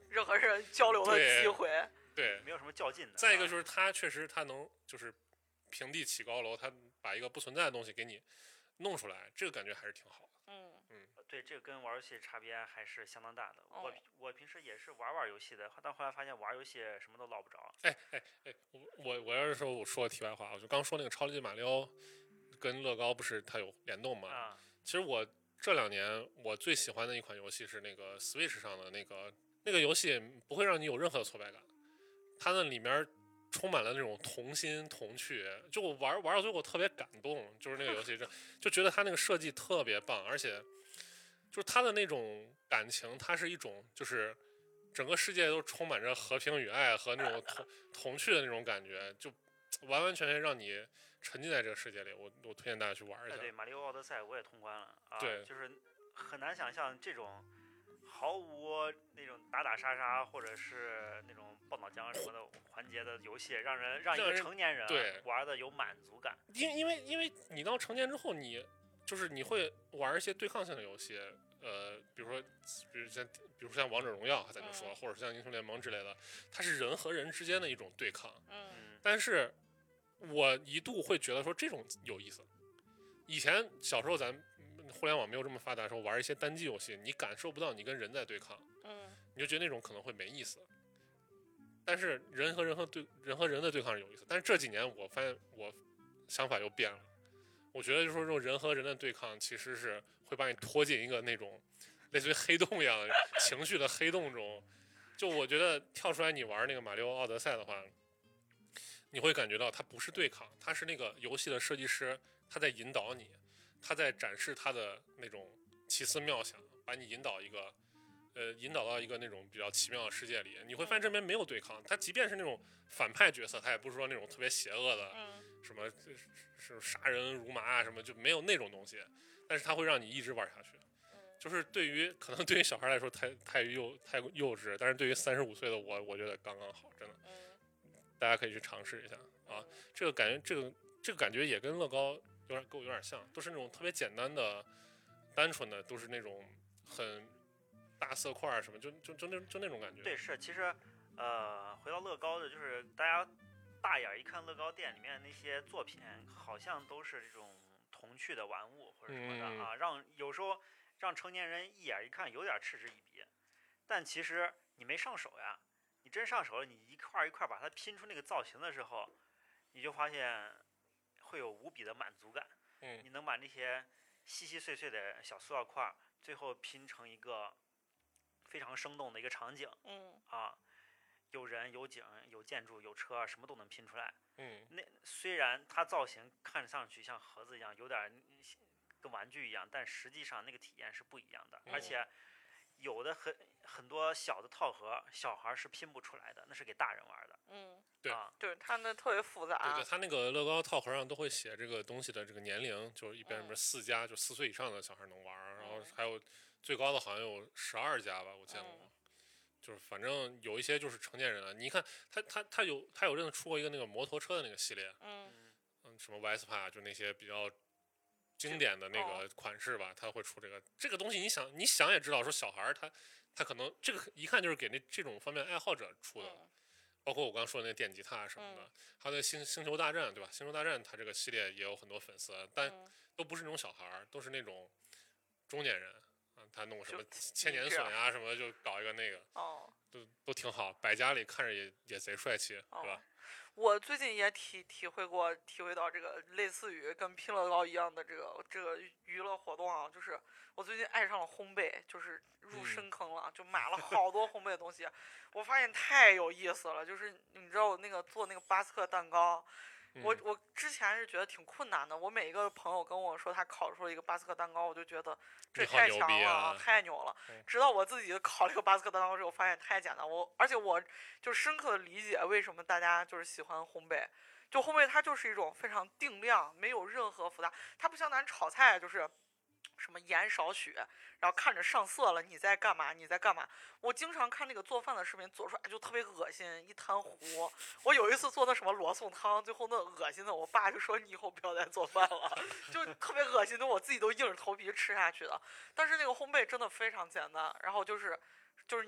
任何人交流的机会。 对， 没有什么较劲的。 再一个就是它确实它能就是平地起高楼，它把一个不存在的东西给你弄出来，这个感觉还是挺好的。 嗯嗯，对，这个跟玩游戏差别还是相当大的。 哦、 我我平时也是玩玩游戏的，但后来发现玩游戏什么都捞不着。 哎哎哎，我我我要是说我说个题外话，我就刚说那个超级马里奥跟乐高不是它有联动吗？ 啊、嗯， 其实我这两年我最喜欢的一款游戏是那个 Switch 上的那个那个游戏，不会让你有任何的挫败感，它那里面充满了那种童心童趣，就我玩玩到最后我特别感动，就是那个游戏就就觉得它那个设计特别棒，而且就是它的那种感情，它是一种就是整个世界都充满着和平与爱和那种童童趣的那种感觉，就完完全全让你沉浸在这个世界里。我我推荐大家去玩一下。 对，马里奥奥德赛我也通关了啊， 对， 就是很难想象这种毫无那种打打杀杀或者是那种爆脑浆什么的环节的游戏，让人让一个成年人对玩的有满足感。 因因为因为你到成年之后，你就是你会玩一些对抗性的游戏，呃，比如说比如像比如像王者荣耀，咱就说， 嗯、 或者像英雄联盟之类的，它是人和人之间的一种对抗。 嗯， 但是我一度会觉得说这种有意思。以前小时候咱互联网没有这么发达的时候，玩一些单机游戏，你感受不到你跟人在对抗， 嗯， 你就觉得那种可能会没意思。但是人和人和对人和人的对抗是有意思。但是这几年我发现我想法又变了，我觉得就是说这种人和人的对抗其实是会把你拖进一个那种类似于黑洞一样的情绪的黑洞中。就我觉得跳出来你玩那个马里奥奥德赛的话，你会感觉到它不是对抗，它是那个游戏的设计师他在引导你，他在展示他的那种奇思妙想，把你引导一个呃引导到一个那种比较奇妙的世界里。你会发现这边没有对抗，他即便是那种反派角色，他也不是说那种特别邪恶的什么是杀人如麻啊什么，就没有那种东西，但是他会让你一直玩下去。就是对于可能对于小孩来说太太幼太幼稚，但是对于三十五岁的我，我觉得刚刚好，真的。大家可以去尝试一下啊！这个感觉，这个这个感觉也跟乐高有点跟我有点像，都是那种特别简单的、单纯的，都是那种很大色块什么，就就就那就那种感觉。 对，是其实呃，回到乐高的，就是大家大眼一看乐高店里面那些作品，好像都是这种童趣的玩物或者什么的啊， 嗯、 让有时候让成年人一眼一看有点嗤之以鼻，但其实你没上手呀。你真上手了，你一块一块把它拼出那个造型的时候，你就发现会有无比的满足感。 嗯， 你能把那些细细碎碎的小塑料块，最后拼成一个非常生动的一个场景。 嗯啊，有人、有景、有建筑、有车，什么都能拼出来。 嗯， 那虽然它造型看上去像盒子一样，有点跟玩具一样，但实际上那个体验是不一样的， 嗯、 而且。有的很很多小的套盒，小孩是拼不出来的，那是给大人玩的。 嗯， 对， 啊、 对，它那特别复杂。 对对，它那个乐高套盒上都会写这个东西的这个年龄，就是一般什么四加，就四岁以上的小孩能玩， 嗯、 然后还有最高的好像有十二加吧，我见过。 嗯、 就是反正有一些就是成年人了，你看他他他有他有阵子出过一个那个摩托车的那个系列， 嗯嗯，什么 Vespa 就那些比较。经典的那个款式吧，他会出这个这个东西。你想，你想也知道，说小孩他他可能这个一看就是给那这种方面爱好者出的， 嗯、 包括我刚说的那电吉他什么的，还有那星星球大战，对吧？星球大战它这个系列也有很多粉丝，但都不是那种小孩，都是那种中年人啊，他弄什么千年隼啊什么，就搞一个那个， 哦， 都都挺好，摆家里看着也也贼帅气， 哦、 对吧？ 我最近也体体会过，体会到这个类似于跟拼乐高一样的这个这个娱乐活动啊，就是我最近爱上了烘焙，就是入深坑了，嗯、就买了好多烘焙的东西，我发现太有意思了。就是你知道我那个做那个巴斯克蛋糕， 嗯、 我我之前是觉得挺困难的，我每一个朋友跟我说他烤出了一个巴斯克蛋糕，我就觉得这太强了， 啊、 太牛了。 嗯、 直到我自己烤了一个巴斯克蛋糕之后，发现太简单。我而且我就深刻的理解为什么大家就是喜欢烘焙。就烘焙它就是一种非常定量，没有任何复杂，它不像咱炒菜就是什么盐少许，然后看着上色了，你在干嘛？你在干嘛？我经常看那个做饭的视频，做出来就特别恶心，一滩糊。我有一次做那什么罗宋汤，最后那恶心的，我爸就说你以后不要再做饭了，就特别恶心的，我自己都硬着头皮吃下去的。但是那个烘焙真的非常简单，然后就是就是那种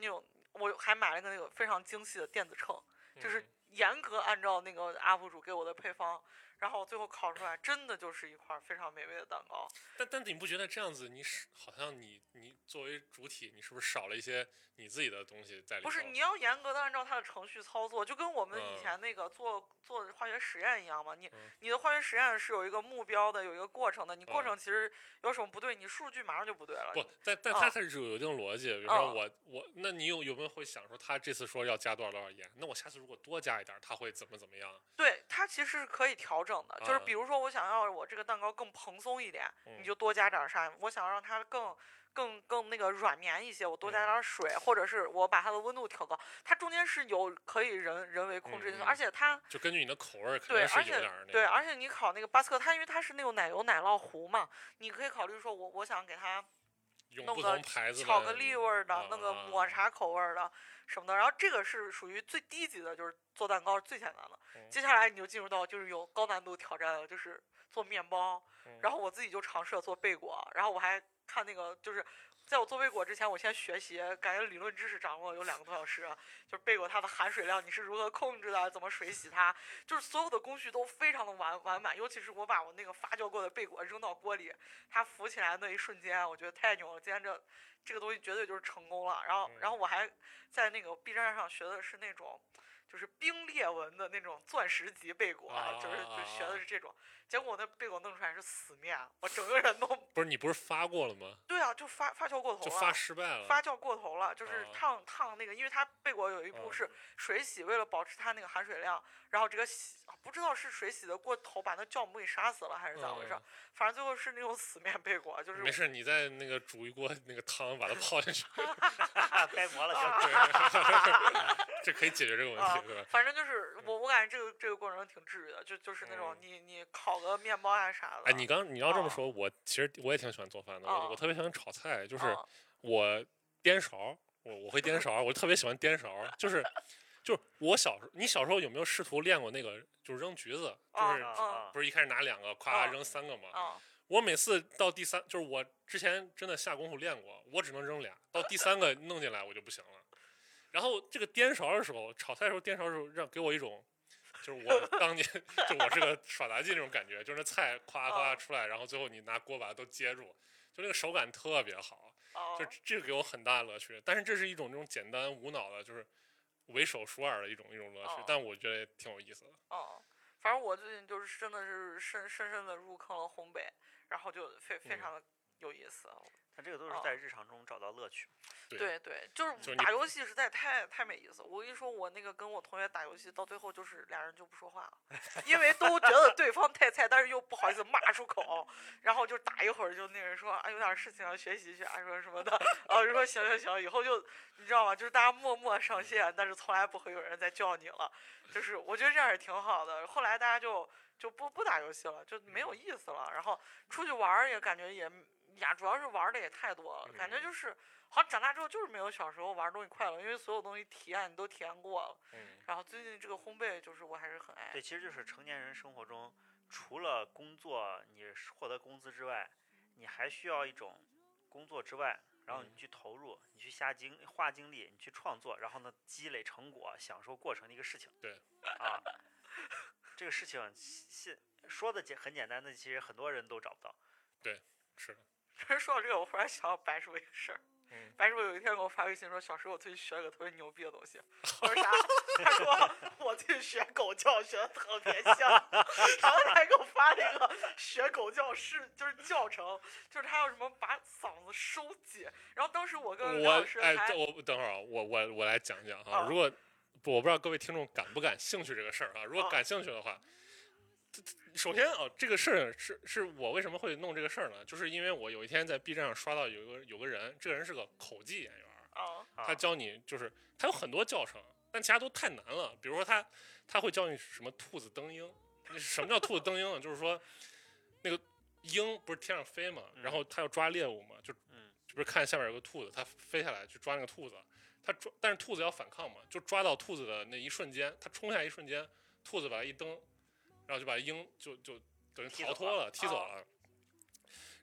我还买了个那个非常精细的电子秤，就是嗯严格按照那个 U P 主给我的配方，然后最后烤出来真的就是一块非常美味的蛋糕。 但但你不觉得这样子你是好像你你作为主体，你是不是少了一些你自己的东西在里头？ 不是，你要严格的按照它的程序操作，就跟我们以嗯前那个做、做化学实验一样嘛。你、 嗯你的化学实验是有一个目标的，有一个过程的。你过嗯程其实有什么不对，你数据马上就不对了。 不，但但嗯它它是有一定逻辑。比如说嗯我我，那你有有没有会想说，他这次说要加多少多少盐，那我下次如果多加一点，他会怎么怎么样？ 对，它其实是可以调整的，就是啊比如说我想要我这个蛋糕更蓬松一点， 嗯你就多加点啥；我想让它更更更那个软绵一些，我多加嗯点水，或者是我把它的温度调高。它中间是有可以人人为控制的， 嗯嗯而且它就根据你的口味儿，肯对， 定是而且有点儿那对， 个而且你烤那个巴斯克，它因为它是那种奶油奶酪糊嘛，你可以考虑说我我想给它用不弄个同牌子的巧克力味儿的， 啊弄个啊抹茶口味儿的什么的。然后这个是属于最低级的，就是做蛋糕最简单的。 嗯接下来你就进入到就是有高难度挑战的，就是做面包。 嗯然后我自己就尝试了做贝果，然后我还看那个就是。在我做贝果之前，我先学习，感觉理论知识掌握有两个多小时。就是贝果它的含水量你是如何控制的，怎么水洗它，就是所有的工序都非常的完完满。尤其是我把我那个发酵过的贝果扔到锅里，它浮起来那一瞬间，我觉得太牛了。今天这这个东西绝对就是成功了。然后，然后我还在那个 B 站上学的是那种。就是冰裂纹的那种钻石级贝果， 啊、 就是就学的是这种，结果我那贝果弄出来是死面，我整个人都不是你不是发过了吗？ 对啊，就发发酵过头了， 就发失败了， 发酵过头了，就是啊烫烫那个，因为它贝果有一步啊是水洗，为了保持它那个含水量，然后这个洗不知道是水洗的过头把那酵母给杀死了还是咋回事， 嗯反正最后是那种死面贝果，就是没事，你再那个煮一锅那个汤，把它泡进去， 掰馍了啊就对，这可以解决这个问啊题，对吧？ 反正就是我我感觉这个这个过程挺治愈的，就就是那种嗯你你烤个面包呀啥的， 哎，你刚你要这么啊说，我其实我也挺喜欢做饭的， 啊我我特别喜欢炒菜，就是啊我颠勺，我我会颠勺，我特别喜欢颠勺，就是就是我小时候，你小时候有没有试图练过那个就是扔橘子，就是啊啊不是一开始拿两个，咵啊扔三个嘛？ 啊我每次到第三，就是我之前真的下功夫练过，我只能扔俩，到第三个弄进来我就不行了。然后这个颠勺的时候，炒菜的时候颠勺的时候，让给我一种，就是我当年就我是个耍杂技那种感觉，就是那菜夸夸出来，然后最后你拿锅把它都接住，就那个手感特别好， 啊就这个给我很大的乐趣。但是这是一种这种简单无脑的，就是为手熟耳的一种一种乐趣哦， 但我觉得也挺有意思的。 哦，反正我最近就是真的是深深深的入坑了烘焙，然后就非非嗯常的有意思。 但这个都是在日常中找到乐趣。 对对对，就是就是你打游戏实在太太没意思。我跟你说，我那个跟我同学打游戏，到最后就是俩人就不说话了，因为都觉得对方太菜，但是又不好意思骂出口，然后就打一会儿，就那人说啊有点事情要学习去啊，说什么的，啊就说行行行，以后就你知道吗？就是大家默默上线，但是从来不会有人再叫你了。就是我觉得这样也挺好的。后来大家就就不不打游戏了，就没有意思了。然后出去玩儿也感觉也呀，主要是玩的也太多了，感觉就是好像长大之后就是没有小时候玩东西快乐，因为所有东西体验你都体验过了。 嗯， 然后最近这个烘焙就是我还是很爱对，。其实就是成年人生活中，除了工作你获得工资之外，你还需要一种工作之外，然后你去投入，你去下精花精力，你去创作，然后呢积累成果，享受过程的一个事情。 对， 啊，这个事情现说的简很简单的，其实很多人都找不到。 是的， 其实说到这个，我忽然想到白叔一个事儿。 嗯白叔有一天给我发微信说，小时候我最近学了个特别牛逼的东西。我说啥？他说我最近学狗叫学的特别像，然后他还给我发了一个学狗叫是就是教程，就是他要什么把嗓子收紧。然后当时我跟梁我哎， 老师还这我等会儿啊，我我我来讲讲哈。 啊如果不，我不知道各位听众感不感兴趣这个事儿啊。如果啊感兴趣的话，这这首先啊，这个事儿是是我为什么会弄这个事儿呢？就是因为我有一天在 B 站上刷到有个有个人，这个人是个口技演员， 啊啊他教你就是他有很多教程，但其他都太难了。比如说他他会教你什么兔子蹬鹰，那什么叫兔子蹬鹰呢？就是说那个鹰不是天上飞嘛， 嗯然后他要抓猎物嘛，就嗯就不是看下面有个兔子，它飞下来去抓那个兔子，它抓，但是兔子要反抗嘛，就抓到兔子的那一瞬间，它冲下一瞬间，兔子把它一蹬，然后就把鹰就就等于逃脱了，踢走了。然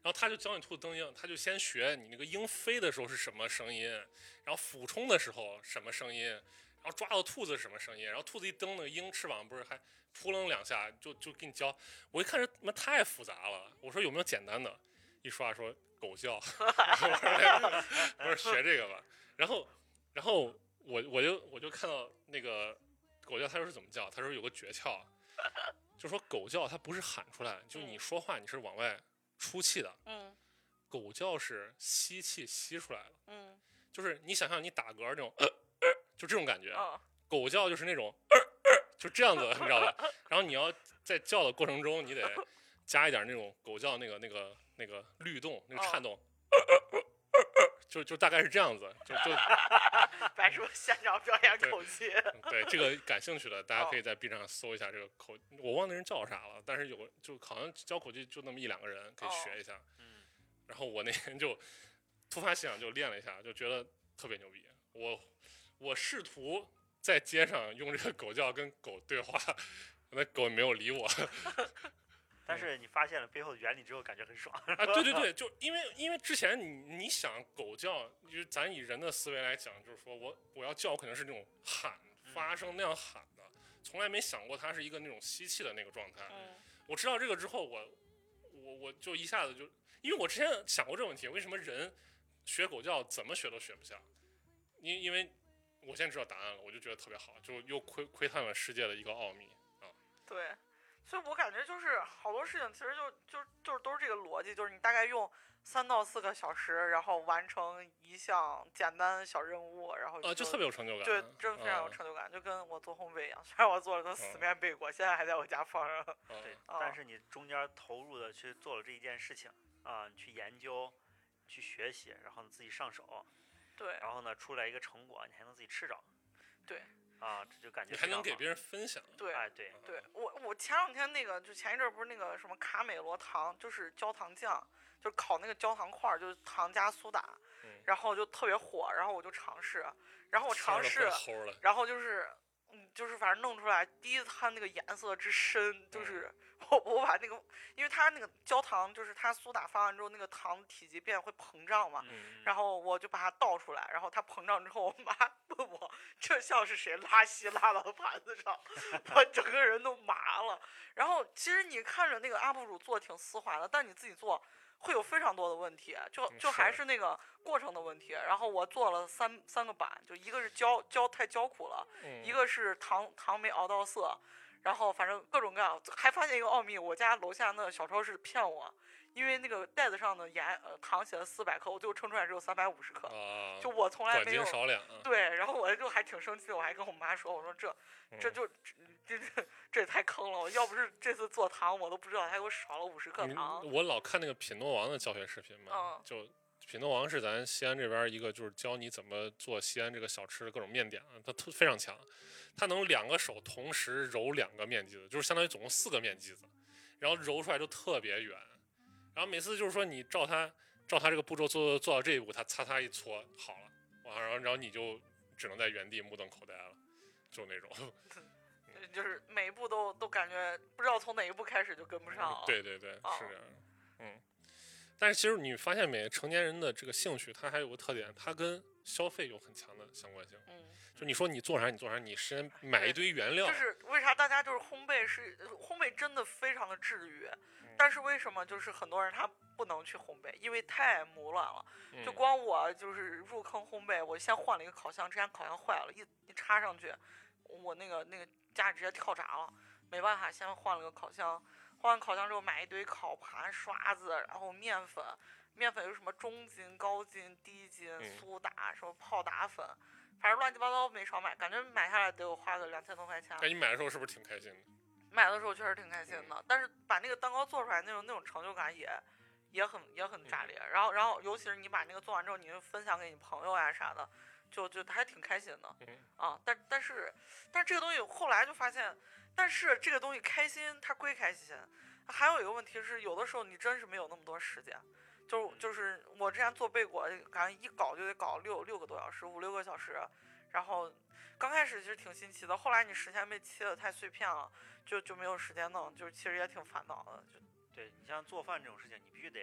后他就教你兔子蹬鹰，他就先学你那个鹰飞的时候是什么声音，然后俯冲的时候什么声音，然后抓到兔子是什么声音，然后兔子一蹬那个鹰翅膀不是还扑棱两下，就就给你教。我一看这他妈太复杂了，我说有没有简单的？一说话说狗叫，我说学这个吧。然后然后我我就我就看到那个狗叫，他说是怎么叫？他说有个诀窍，就说狗叫它不是喊出来，就你说话你是往外出气的， 嗯， 狗叫是吸气吸出来的， 嗯， 就是你想象你打嗝那种，呃呃，就这种感觉， 哦、 狗叫就是那种，呃呃，就这样子，你知道吧？然后你要在叫的过程中，你得加一点那种狗叫那个那个那个律动，那个颤动，哦、就就大概是这样子，就就。 白叔现场表演口技。 对，这个感兴趣的，大家可以在 B 站上搜一下这个口，我忘了人叫啥了，但是有就好像教口技就那么一两个人可以学一下。 嗯， 然后我那天就突发奇想就练了一下，就觉得特别牛逼。我我试图在街上用这个狗叫跟狗对话，那狗也没有理我。 但是你发现了背后的原理之后，感觉很爽啊！对对对，就因为因为之前你你想狗叫，就是咱以人的思维来讲，就是说我我要叫，我肯定是那种喊发声那样喊的，从来没想过它是一个那种吸气的那个状态。 嗯， 我知道这个之后，我我我就一下子就，因为我之前想过这个问题，为什么人学狗叫怎么学都学不像？因因为我现在知道答案了，我就觉得特别好，就又窥窥探了世界的一个奥秘啊。 对。所以我感觉就是好多事情其实就就就是都是这个逻辑，就是你大概用三到四个小时，然后完成一项简单小任务，然后啊，就特别有成就感。 对，真非常有成就感，啊、就跟我做烘焙一样。虽然我做了个四面贝果，啊、现在还在我家放着。 对， 啊、 但是你中间投入的去做了这一件事情啊，去研究，去学习，然后自己上手， 对， 然后呢出来一个成果，你还能自己吃着。 对。 啊，这就感觉你还能给别人分享。 对， 哎，对， 对我我前两天那个就前一阵不是那个什么卡美罗糖，就是焦糖酱，就是烤那个焦糖块，就是糖加苏打， 嗯、 然后就特别火，然后我就尝试，然后我尝试，然后就是嗯，就是反正弄出来，第一它那个颜色之深，就是我我把那个，因为它那个焦糖就是它苏打放完之后，那个糖体积变会膨胀嘛， 嗯、 然后我就把它倒出来，然后它膨胀之后，我妈问我这像是谁拉稀拉到盘子上，我整个人都麻了。然后其实你看着那个 U P 主做挺丝滑的，但你自己做会有非常多的问题，就就还是那个过程的问题。然后我做了三三个版，就一个是焦焦太焦苦了， 嗯、 一个是糖糖没熬到色，然后反正各种各样，还发现一个奥秘，我家楼下那个小超市骗我，因为那个袋子上的盐呃糖写了四百克，我最后称出来只有三百五十克， 啊、 就我从来没有。 短斤少两、啊。 对，然后我就还挺生气的，我还跟我妈说，我说这这就这这这也太坑了，我要不是这次做糖，我都不知道他给我少了五十克糖。 我老看那个品诺王的教学视频嘛， 嗯、 就品诺王是咱西安这边一个就是教你怎么做西安这个小吃的各种面点，他特非常强，他能两个手同时揉两个面剂子，就是相当于总共四个面剂子，然后揉出来就特别圆。然后每次就是说你照他照他这个步骤做做到这一步，他擦擦一搓好了，然后然后你就只能在原地目瞪口呆了，就那种。 就是每一步都都感觉不知道从哪一步开始就跟不上了。 对对对， 哦、 是这样。嗯，但是其实你发现没，成年人的这个兴趣，它还有个特点，它跟消费有很强的相关性。 嗯， 就你说你做啥，你做啥，你先买一堆原料。 就是为啥大家就是烘焙是烘焙真的非常的治愈，嗯、但是为什么就是很多人他不能去烘焙，因为太木乱了。 嗯、 就光我就是入坑烘焙，我先换了一个烤箱，之前烤箱坏了，一一插上去，我那个那个架直接跳闸了，没办法，先换了个烤箱。换完烤箱之后买一堆烤盘、刷子，然后面粉，面粉有什么中筋、高筋、低筋、苏打，什么泡打粉，反正乱七八糟没少买，感觉买下来得有花个两千多块钱。 那你买的时候是不是挺开心的？ 买的时候确实挺开心的，嗯、但是把那个蛋糕做出来那种那种成就感也也很也很炸裂。嗯、然后然后尤其是你把那个做完之后，你就分享给你朋友呀啥的，就就还挺开心的。 嗯啊，但但是但是这个东西后来就发现。但是这个东西开心，它归开心，还有一个问题是，有的时候你真是没有那么多时间。就就是我之前做贝果，感觉一搞就得搞六六个多小时，五六个小时。然后刚开始其实挺新奇的，后来你时间被切得太碎片了，就就没有时间弄，就其实也挺烦恼的。就对你像做饭这种事情，你必须得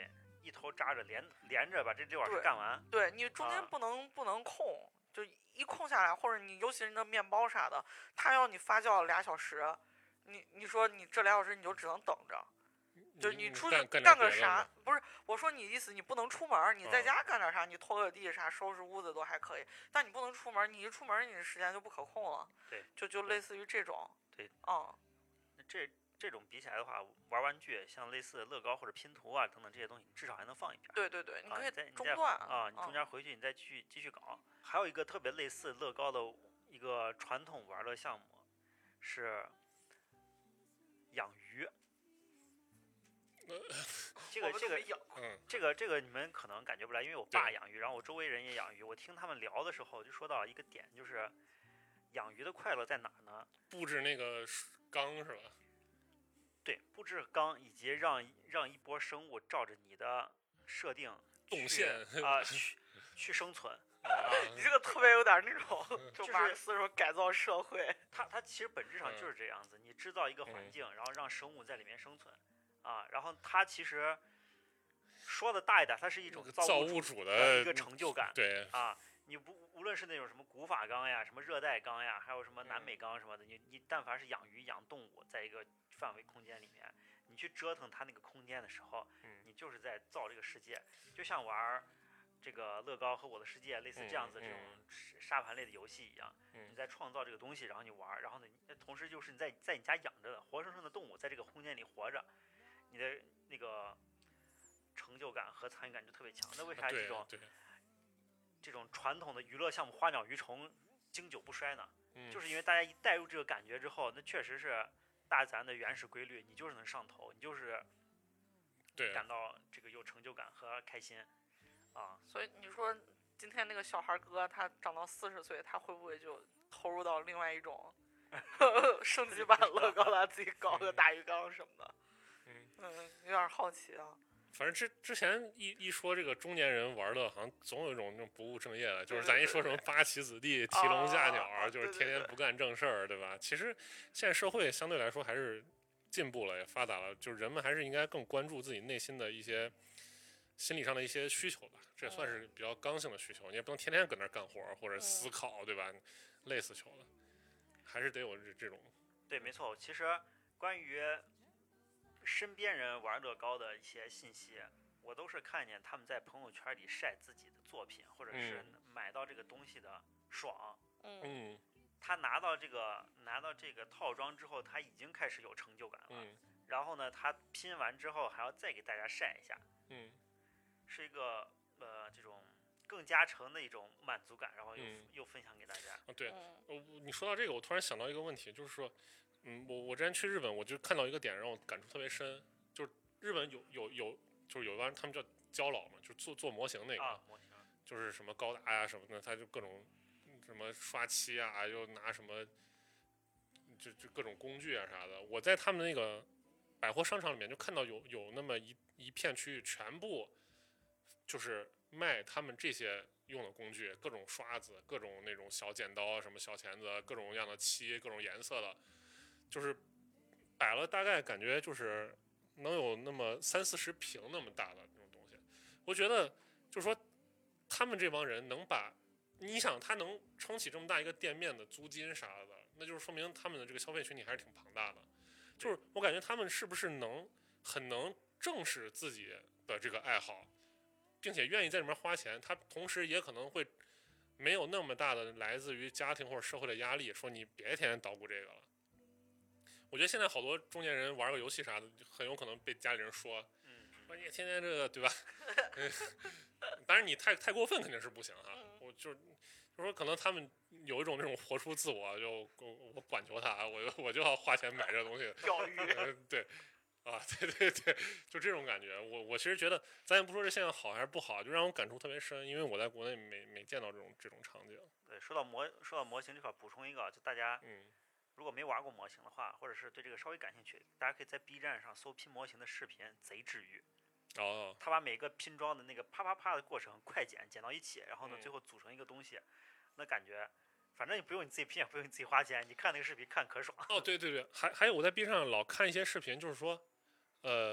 一头扎着连连着把这六小时对干完。 对你中间啊不能、不能空，就一空下来，或者你尤其是那面包啥的，它要你发酵俩小时，你你说你这俩小时你就只能等着。就是你出去干干个点别的啥吗？ 不是，我说你意思，你不能出门，你在啊家干点啥，你拖个地啥，收拾屋子都还可以，但你不能出门，你一出门，你的时间就不可控了。 对， 就就类似于这种。 对， 嗯， 那这这种比起来的话，玩玩具像类似乐高或者拼图啊等等这些东西，你至少还能放一边。 对对对，你啊， 可以你再你再中断啊，你中嗯间回去你再继续继续搞。还有一个特别类似乐高的一个传统玩乐项目是养鱼。这个这个嗯， 这个这个你们可能感觉不来，因为我爸对养鱼，然后我周围人也养鱼。我听他们聊的时候就说到一个点，就是养鱼的快乐在哪儿呢？ 布置那个缸是吧？ 对，布置缸以及让让一波生物照着你的设定动线啊、去去生存。 啊， 你这个特别有点那种，就就是马克思说改造社会。 它它其实本质上就是这样子，你制造一个环嗯境，然后让生物在里面生存，啊，然后它其实说的大一点，它是一种造物物主的一个成就感。 对啊，你不无论是那种什么古法缸呀、什么热带缸呀，还有什么南嗯美缸什么的，你你但凡是养鱼养动物，在一个范围空间里面，你去折腾它那个空间的时候， 嗯你就是在造这个世界，就像玩这个乐高和我的世界类似这样子这种沙盘类的游戏一样， 嗯你在创造这个东西，然后你玩，然后呢，同时就是你在在你家养着的活生生的动物在这个空间里活着，你的那个成就感和参与感就特别强。那为啥这种对这种传统的娱乐项目花鸟鱼虫经久不衰呢？ 嗯就是因为大家一带入这个感觉之后，那确实是大自然的原始规律，你就是能上头，你就是对感到这个有成就感和开心啊。 所以你说今天那个小孩哥，他长到四十岁，他会不会就投入到另外一种升级版乐高，他自己搞个大鱼缸什么的？ 嗯嗯，有点好奇啊。 反正之之前一一说这个中年人玩乐，好像总有一种那种不务正业的，就是对对咱一说什么八旗子弟、提笼架鸟， 啊就是天对对天不干正事儿，对吧？其实现在社会相对来说还是进步了，也发达了，就是人们还是应该更关注自己内心的一些心理上的一些需求吧。这也算是比较刚性的需求，你也不能天天搁那儿干活或者思考，对吧？累死球了，还是得有这这种。 对，没错。其实关于身边人玩乐高的一些信息，我都是看见他们在朋友圈里晒自己的作品，或者是买到这个东西的爽。 嗯嗯他拿到这个拿到这个套装之后，他已经开始有成就感了。 嗯然后呢，他拼完之后还要再给大家晒一下， 嗯是一个呃这种更加成的一种满足感，然后又、 嗯又分享给大家。 啊，对， 嗯呃你说到这个，我突然想到一个问题，就是说，嗯，我我之前去日本，我就看到一个点让我感触特别深，就是日本有有有，就是有一帮人他们叫胶老嘛，就做做模型那个， 啊，模型。 就是什么高达呀什么的，他就各种什么刷漆啊，又拿什么，就就各种工具啊啥的。我在他们那个百货商场里面就看到有有那么一一片区域，全部就是卖他们这些用的工具，各种刷子，各种那种小剪刀，什么小钳子，各种各样的漆，各种颜色的，就是摆了大概感觉就是能有那么三四十平那么大的那种东西。我觉得就是说，他们这帮人能把，你想他能撑起这么大一个店面的租金啥的，那就是说明他们的这个消费群体还是挺庞大的。就是我感觉他们是不是能很能正视自己的这个爱好，并且愿意在里面花钱，他同时也可能会没有那么大的来自于家庭或者社会的压力，说你别天天捣鼓这个了。我觉得现在好多中年人玩个游戏啥的，很有可能被家里人说， 嗯， 说你天天这个对吧？当然你太太过分肯定是不行哈。我就是就说可能他们有一种那种活出自我，就我我管求他，我就我就要花钱买这个东西， 钓鱼。 呃、对。啊，对对对，就这种感觉。我我其实觉得，咱也不说这现象好还是不好，就让我感触特别深，因为我在国内没没见到这种这种场景。 对，说到模说到模型这块，补充一个，就大家嗯如果没玩过模型的话，或者是对这个稍微感兴趣，大家可以在 B 站上搜拼模型的视频，贼治愈。 哦， 他把每个拼装的那个啪啪啪的过程快剪剪到一起，然后呢， 嗯最后组成一个东西，那感觉。反正你不用你自己拼，也不用你自己花钱，你看那个视频看可爽。 哦，对对对，还还有我在 B 站老看一些视频，就是说，呃，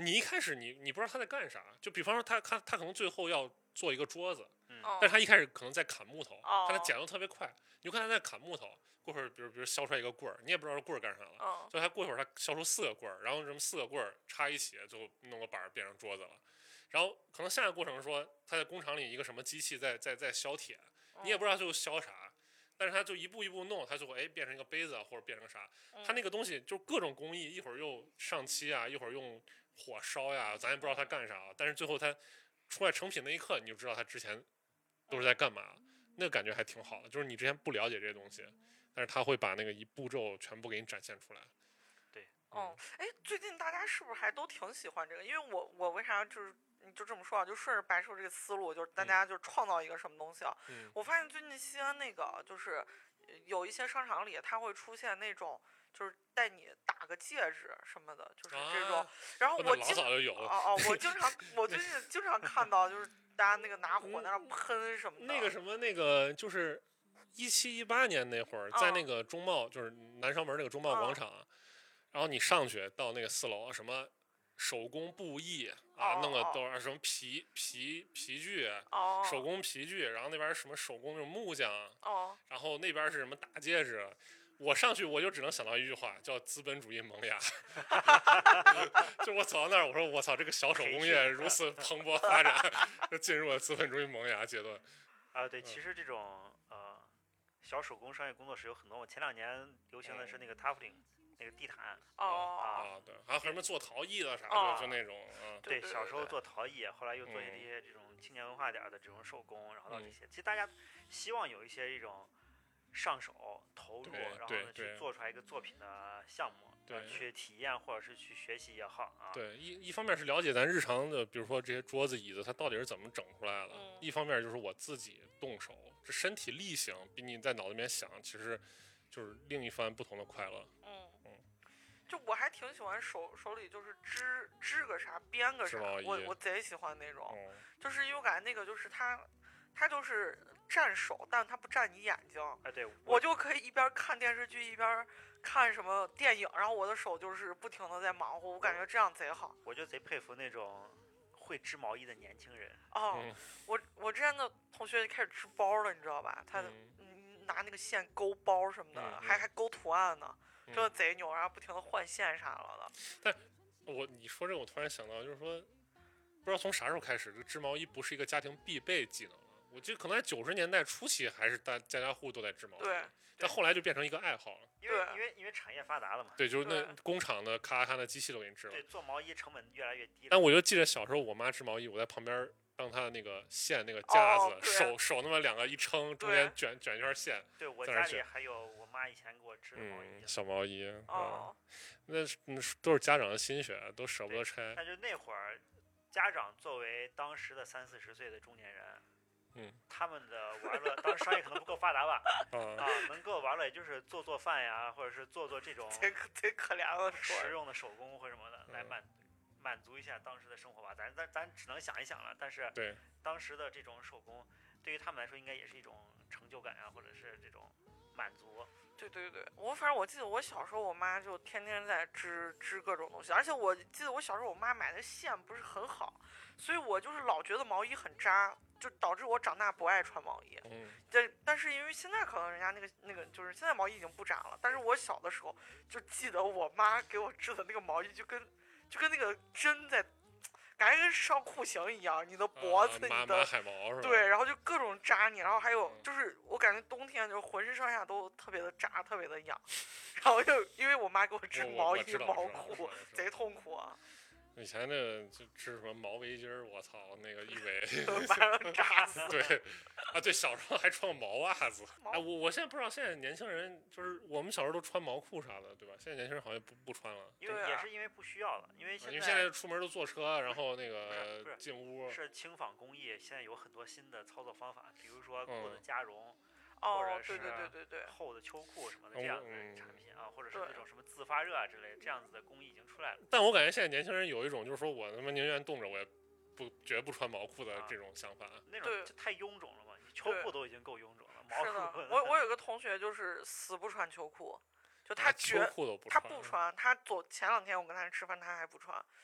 你一开始你你不知道他在干啥，就比方说他他他可能最后要做一个桌子， 嗯哦但是他一开始可能在砍木头， 哦他的剪得特别快，你就看他在砍木头，过会儿比如比如削出来一个棍儿，你也不知道这棍儿干啥了， 嗯就他过一会儿他削出四个棍儿，然后这么四个棍儿插一起就弄个板儿变成桌子了，然后可能下一个过程是说他在工厂里一个什么机器在在在削铁，你也不知道最后削啥。但是他就一步一步弄，他就会哎变成一个杯子或者变成啥，他那个东西就各种工艺，一会儿又上漆啊，一会儿用火烧呀，咱也不知道他干啥。但是最后他出来成品那一刻，你就知道他之前都是在干嘛，那个感觉还挺好的。就是你之前不了解这些东西，但是他会把那个一步骤全部给你展现出来。 对， 嗯，哎，最近大家是不是还都挺喜欢这个？因为我我为啥就是你就这么说啊？就顺着白兽这个思路，就是大家就创造一个什么东西啊？ 嗯， 我发现最近西安那个就是有一些商场里，它会出现那种就是带你打个戒指什么的，就是这种。 啊、 然后我老经早就有了。 哦哦，我经常我最近经常看到就是大家那个拿火在那喷什么的。 那个什么那个就是一七一八年那会儿，在那个中贸，就是南稍门那个中贸广场， 哦、 然后你上去到那个四楼什么。手工布艺啊， 哦、 弄个都是什么皮皮皮具， 哦、 手工皮具，然后那边什么手工那种木匠， 哦、 然后那边是什么打戒指，我上去我就只能想到一句话，叫资本主义萌芽。就我走到那儿，我说我操，这个小手工业如此蓬勃发展，就进入了资本主义萌芽阶段。 啊，对，其实这种呃小手工商业工作室有很多，我前两年流行的是那个 Taffling。那个地毯哦啊，对，还有什么做陶艺的啥的， 哦、 就那种，嗯， 对，小时候做陶艺，后来又做一些这种青年文化点的这种手工，然后到这些， 嗯、 其实大家希望有一些这种上手投入，然后呢去做出来一个作品的项目， 对， 去体验或者是去学习也好啊。 对，一一方面是了解咱日常的，比如说这些桌子椅子它到底是怎么整出来的， 嗯、 一方面就是我自己动手，这身体力行比你在脑子里面想，其实就是另一番不同的快乐。 嗯。就我还挺喜欢手手里就是织织个啥编个啥，我我贼喜欢那种， 哦、 就是因为我感觉那个就是它，它就是占手，但它不占你眼睛。 哎，对， 我, 我就可以一边看电视剧一边看什么电影，然后我的手就是不停的在忙活，我感觉这样贼好。 我就贼佩服那种会织毛衣的年轻人。 哦， 嗯、 我我之前的同学开始织包了，你知道吧？他嗯拿那个线勾包什么的， 嗯、 还还勾图案呢。真的贼牛，然后不停的换线啥了的。 但我你说这个，我突然想到，就是说，不知道从啥时候开始，这织毛衣不是一个家庭必备技能了。我记得可能在九十年代初期，还是大家家户都在织毛衣， 对。 但后来就变成一个爱好了。 因为因为因为产业发达了嘛。 对，就是那工厂的咔咔的机器都给你织了。 对，做毛衣成本越来越低了。 但我就记得小时候我妈织毛衣，我在旁边。当他那个线那个架子， 哦、 手手那么两个一撑，中间卷卷一圈线。 对，我家里还有我妈以前给我织的毛衣、 嗯，小毛衣。 哦、 嗯，那都是家长的心血，都舍不得拆。 但就那会儿，家长作为当时的三四十岁的中年人， 嗯， 他们的玩乐，当时商业可能不够发达吧， 啊， 啊，能够玩乐也就是做做饭呀，或者是做做这种贼贼可怜的实用的手工或什么的， 嗯、 来满。满足一下当时的生活吧，咱咱咱只能想一想了。但是， 对当时的这种手工，对于他们来说，应该也是一种成就感啊，或者是这种满足。 对对对，我反正我记得我小时候，我妈就天天在织织各种东西，而且我记得我小时候我妈买的线不是很好，所以我就是老觉得毛衣很扎，就导致我长大不爱穿毛衣。 嗯， 但但是因为现在可能人家那个那个就是现在毛衣已经不扎了，但是我小的时候就记得我妈给我织的那个毛衣就跟。就跟那个针在，感觉跟上酷刑一样，你的脖子， 啊、 你的海毛是吧？ 对，然后就各种扎你，然后还有就是我感觉冬天就是浑身上下都特别的扎，特别的痒，然后就因为我妈给我织毛衣毛裤，贼痛苦啊。 以前那个就织什么毛围巾，我操，那个一围把人扎死。 对，啊对，小时候还穿毛袜子。哎，我我现在不知道现在年轻人就是我们小时候都穿毛裤啥的，对吧？现在年轻人好像不不穿了。 因为也是因为不需要了，因为现在、 啊、因为现在出门都坐车，然后那个进屋是轻纺工艺，现在有很多新的操作方法，比如说裤子嗯加绒。 哦， 或者是对对对对， 厚的秋裤什么的这样的嗯产品啊，或者是那种什么自发热啊之类这样子的工艺已经出来了。 但我感觉现在年轻人有一种就是说我他妈宁愿冻着我也不绝不穿毛裤的这种想法。 啊、那种就太臃肿了嘛，秋裤都已经够臃肿了，毛裤。 我我有个同学就是死不穿秋裤，就他绝、 啊、秋裤都不穿，他不穿，他昨前两天我跟他吃饭他还不穿。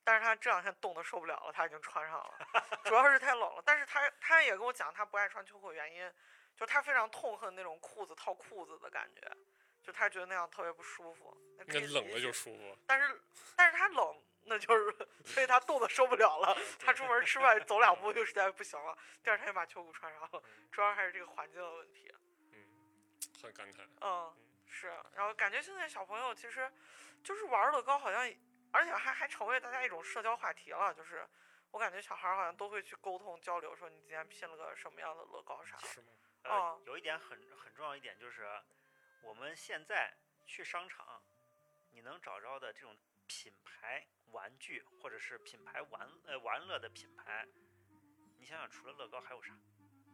但是他这两天冻得受不了了，他已经穿上了，主要是太冷了。但是他他也跟我讲，他不爱穿秋裤原因，就是他非常痛恨那种裤子套裤子的感觉，就他觉得那样特别不舒服。那那冷了就舒服。 但是但是他冷，那就是所以他冻得受不了了。他出门吃饭走两步就实在不行了，第二天就把秋裤穿上了。主要还是这个环境的问题。 嗯，很感慨。 嗯，是。然后感觉现在小朋友其实就是玩乐高，好像。而且还还成为大家一种社交话题了，就是我感觉小孩好像都会去沟通交流，说你今天拼了个什么样的乐高啥。 是吗？ 呃， 哦、 有一点很很重要一点就是，我们现在去商场，你能找着的这种品牌玩具或者是品牌玩呃玩乐的品牌，你想想除了乐高还有啥？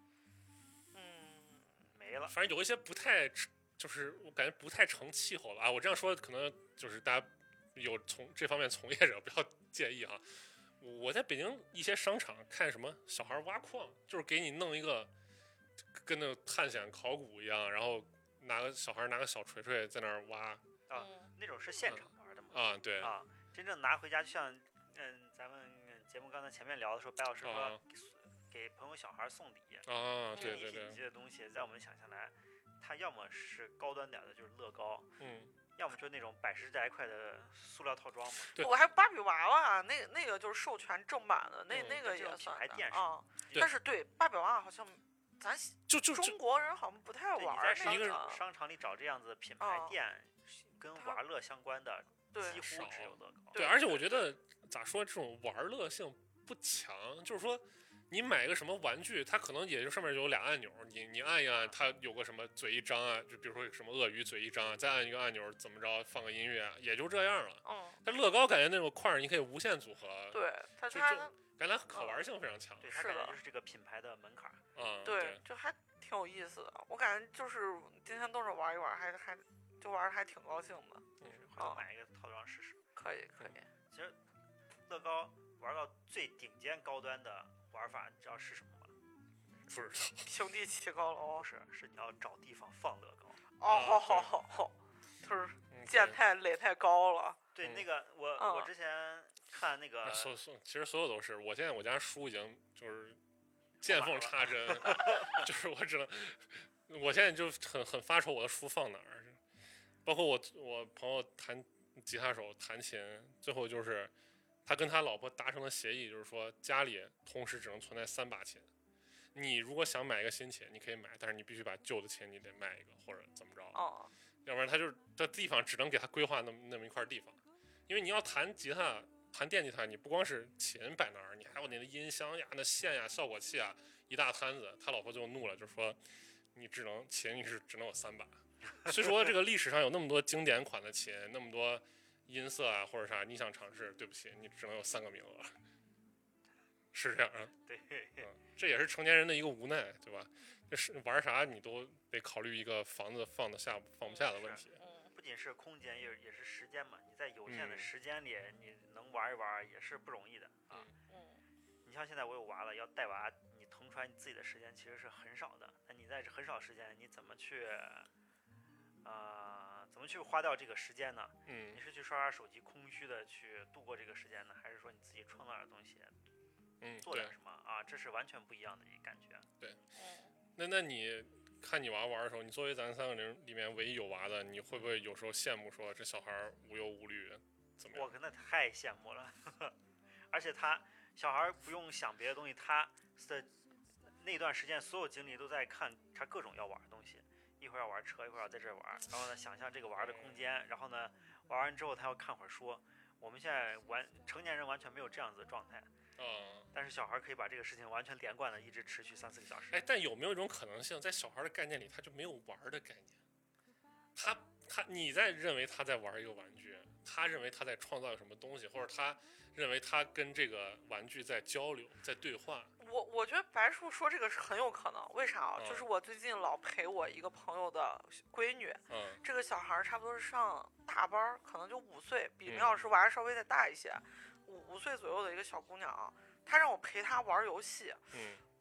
嗯， 没了。 反正有一些不太，就是我感觉不太成气候了啊。我这样说可能就是大家。有从这方面从业者不要介意啊！我在北京一些商场看什么小孩挖矿，就是给你弄一个跟那探险考古一样，然后拿个小孩拿个小锤锤在那儿挖啊，那种是现场玩的嘛？ 啊，对啊，真正拿回家就像嗯，咱们节目刚才前面聊的时候，白老师说、啊、给朋友小孩送礼啊，对对对， 这些东西在我们想象来，它要么是高端点的，就是乐高， 嗯。 要么就是那种百十来块的塑料套装嘛。 对， 我还有芭比娃娃，那那个就是授权正版的，那、嗯、那个也算的啊。但是对芭比娃娃好像咱就就中国人好像不太玩儿。你在商场商场里找这样子品牌店，啊、跟玩乐相关的几乎只有乐高。 对，而且我觉得咋说，这种玩乐性不强，就是说。你买个什么玩具，它可能也就上面有俩按钮，你你按一按，它有个什么嘴一张啊，就比如说什么鳄鱼嘴一张啊，再按一个按钮怎么着，放个音乐，也就这样了。 嗯。 但乐高感觉那种块儿你可以无限组合。 对，它它感觉可玩性非常强。 对，它感觉就是这个品牌的门槛。 嗯， 对，就还挺有意思的。我感觉就是今天都是玩一玩，还还就玩的还挺高兴的。 嗯，回头买一个套装试试。 可以可以。 其实乐高玩到最顶尖高端的。玩法你知道是什么吗？ 不知道。 平地起高楼不是，是你要找地方放乐高。 哦，好好好好，就是建太垒太高了。 对，那个我、 嗯、 我之前看那个， 所所其实所有都是，我现在我家书已经就是见缝插针，就是我只能，我现在就很很发愁我的书放哪儿，包括我我朋友弹吉他手弹琴，最后就是。他跟他老婆达成的协议就是说，家里同时只能存在三把琴。你如果想买一个新琴，你可以买，但是你必须把旧的琴你得卖一个或者怎么着。 哦。 要不然他就是这地方只能给他规划那么那么一块地方，因为你要弹吉他、弹电吉他，你不光是琴摆那儿，你还有你的音箱呀、那线呀、效果器啊，一大摊子。他老婆就怒了，就说你只能琴你是只能有三把。虽说这个历史上有那么多经典款的琴，那么多。音色啊，或者啥，你想尝试，对不起，你只能有三个名额，是这样啊？ 对， 嗯，这也是成年人的一个无奈，对吧？就是玩啥你都得考虑一个房子放得下放不下的问题。 不仅是空间，也也是时间嘛。你在有限的时间里，嗯、你能玩一玩也是不容易的啊。 嗯。 你像现在我有娃了，要带娃，你腾出来你自己的时间其实是很少的。那你在这很少时间，你怎么去？呃，怎么去花掉这个时间呢？ 嗯， 你是去刷刷手机，空虚的去度过这个时间呢，还是说你自己创造点东西， 嗯， 做点什么啊？这是完全不一样的一个感觉。 对，那那你看你娃玩的时候，你作为咱三个人里面唯一有娃的，你会不会有时候羡慕说这小孩无忧无虑，怎么样？ 我真的太羡慕了，而且他小孩不用想别的东西，他的那段时间所有精力都在看他各种要玩的东西。一会儿要玩车，一会儿要在这玩，然后呢，想象这个玩的空间，然后呢，玩完之后他要看会儿书。我们现在完成年人完全没有这样子的状态， 嗯， 但是小孩可以把这个事情完全连贯的一直持续三四个小时。 哎，但有没有一种可能性，在小孩的概念里，他就没有玩的概念？他他你在认为他在玩一个玩具，他认为他在创造什么东西，或者他认为他跟这个玩具在交流，在对话。 我我觉得白叔说这个是很有可能，为啥啊？ 嗯、 就是我最近老陪我一个朋友的闺女， 嗯， 这个小孩差不多是上大班，可能就五岁，比明老师娃稍微再大一些，五五岁左右的一个小姑娘，她让我陪她玩游戏， 嗯，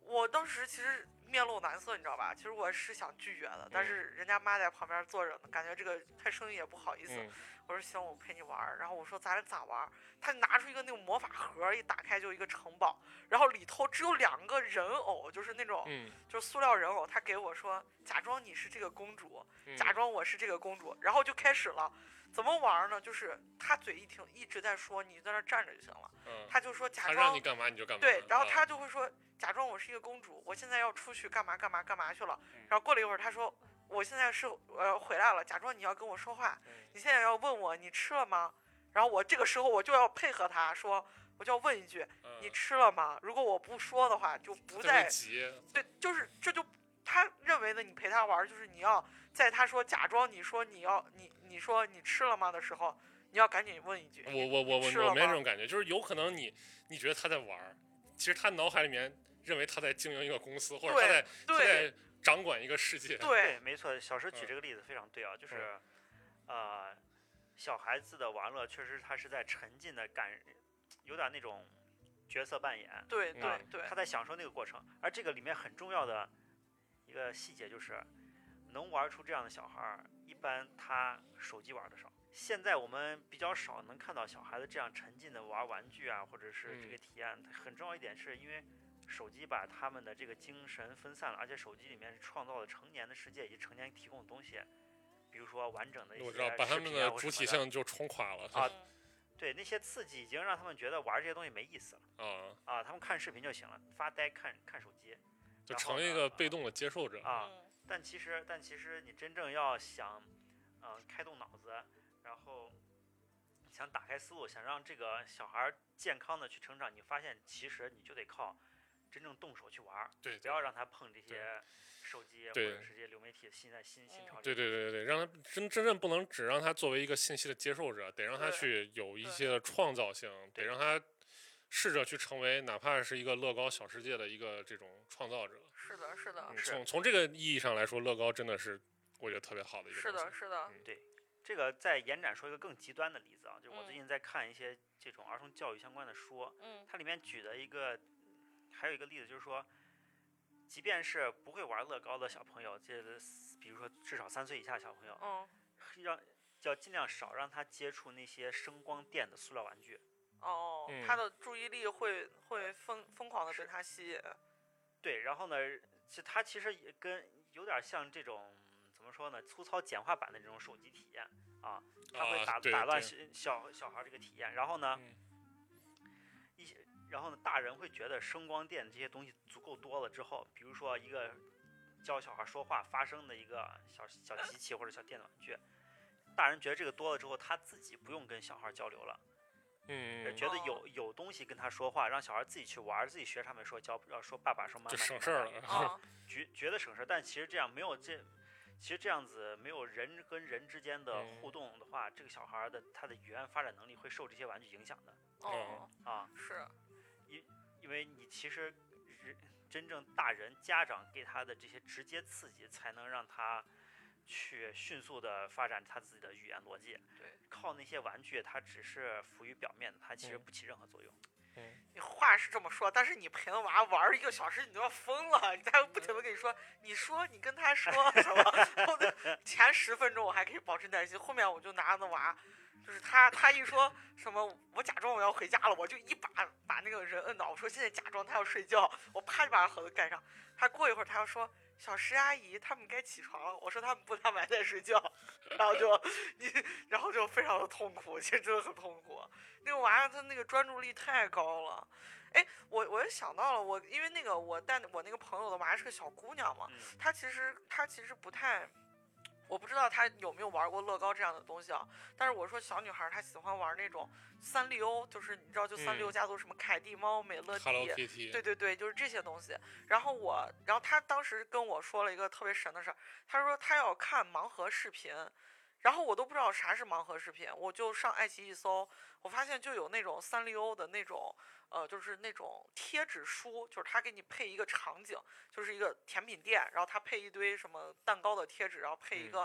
我当时其实面露难色，你知道吧？其实我是想拒绝的，但是人家妈在旁边坐着呢，感觉这个太生硬也不好意思。 嗯、 我说行，我陪你玩。然后我说咱俩咋玩？他拿出一个那个魔法盒，一打开就一个城堡，然后里头只有两个人偶，就是那种、 嗯、 就是塑料人偶。他给我说，假装你是这个公主， 嗯、 假装我是这个公主，然后就开始了。怎么玩呢？就是他嘴一停，一直在说，你在那站着就行了。 嗯、 他就说假装他让你干嘛你就干嘛。 对，然后他就会说、啊、假装我是一个公主，我现在要出去干嘛干嘛干嘛去了。 嗯、 然后过了一会儿，他说我现在是呃回来了，假装你要跟我说话， 嗯、 你现在要问我你吃了吗？然后我这个时候我就要配合他说，我就要问一句、嗯、你吃了吗？如果我不说的话，就不再对，就是这就他认为的你陪他玩，就是你要在他说假装你说你要你你说你吃了吗的时候，你要赶紧问一句。 我我我我我没这种感觉，就是有可能你你觉得他在玩，其实他脑海里面认为他在经营一个公司，或者他在他在掌管一个世界。 对， 没错，小石举这个例子非常对啊，就是、嗯、呃，小孩子的玩乐确实他是在沉浸的感，有点那种角色扮演。 对对对、 呃，他在享受那个过程。而这个里面很重要的一个细节就是，能玩出这样的小孩，一般他手机玩的少。现在我们比较少能看到小孩子这样沉浸的玩玩具啊，或者是这个体验。嗯、很重要一点是因为手机把他们的这个精神分散了，而且手机里面是创造了成年的世界以及成年提供的东西，比如说完整的一些视频、啊、 我知道，把他们的主体性就冲垮了啊。对，那些刺激已经让他们觉得玩这些东西没意思了啊啊，他们看视频就行了，发呆看看手机， 就成为一个被动的接受者啊。但其实，但其实你真正要想，呃，开动脑子，然后想打开思路，想让这个小孩健康的去成长，你发现其实你就得靠真正动手去玩， 对， 不要让他碰这些手机或者是这些流媒体现在新新潮流。 对对对对，让他真真正不能只让他作为一个信息的接受者，得让他去有一些的创造性，得让他试着去成为哪怕是一个乐高小世界的一个这种创造者。 是的，是的。 嗯、从从这个意义上来说，乐高真的是我觉得特别好的一个东西。 是的，是的。 嗯、对，这个再延展说一个更极端的例子啊，就我最近在看一些这种儿童教育相关的书， 嗯， 它里面举的一个还有一个例子就是说，即便是不会玩乐高的小朋友，这比如说至少三岁以下的小朋友， 嗯， 让要尽量少让他接触那些声光电的塑料玩具。 哦， 嗯、 他的注意力会会疯疯狂的被他吸引。 对，然后呢，其实它其实也跟有点像这种怎么说呢，粗糙简化版的这种手机体验啊，它会打、 啊、 打乱小小孩这个体验。然后呢， 嗯、 一些然后呢，大人会觉得声光电这些东西足够多了之后，比如说一个教小孩说话发声的一个小小机器或者小电子玩具，大人觉得这个多了之后，他自己不用跟小孩交流了。 嗯， 觉得有有东西跟他说话，让小孩自己去玩，自己学上面说教，要说爸爸说妈妈， 就省事儿了。 啊， 觉觉得省事，但其实这样没有这，其实这样子没有人跟人之间的互动的话， 嗯、 这个小孩的他的语言发展能力会受这些玩具影响的。 哦， 啊， 是， 因因为你其实人真正大人家长给他的这些直接刺激，才能让他去迅速的发展他自己的语言逻辑。 对， 靠那些玩具，它只是浮于表面的，它其实不起任何作用。 嗯， 你话是这么说，但是你陪那娃玩一个小时，你都要疯了。你还不停的跟你说，你说你跟他说什么？前十分钟我还可以保持耐心，后面我就拿那娃，就是他他一说什么，我假装我要回家了，我就一把把那个人摁倒，我说现在假装他要睡觉，我啪就把盒子盖上。他过一会儿他要说，小石阿姨他们该起床了，我说他们不，他们还在睡觉，然后就你然后就非常的痛苦，其实真的很痛苦。那个娃他那个专注力太高了。哎，我我也想到了，我因为那个我带我那个朋友的娃是个小姑娘嘛， 嗯、 她其实她其实不太，我不知道她有没有玩过乐高这样的东西啊。但是我说小女孩她喜欢玩那种三丽鸥，就是你知道就三丽鸥家族什么凯蒂猫、美乐蒂、 Hello Kitty， 对对对，就是这些东西。然后我，然后她当时跟我说了一个特别神的事儿，她说她要看盲盒视频。然后我都不知道啥是盲盒视频，我就上爱奇艺搜，我发现就有那种三丽鸥的那种，呃，就是那种贴纸书，就是他给你配一个场景，就是一个甜品店，然后他配一堆什么蛋糕的贴纸，然后配一个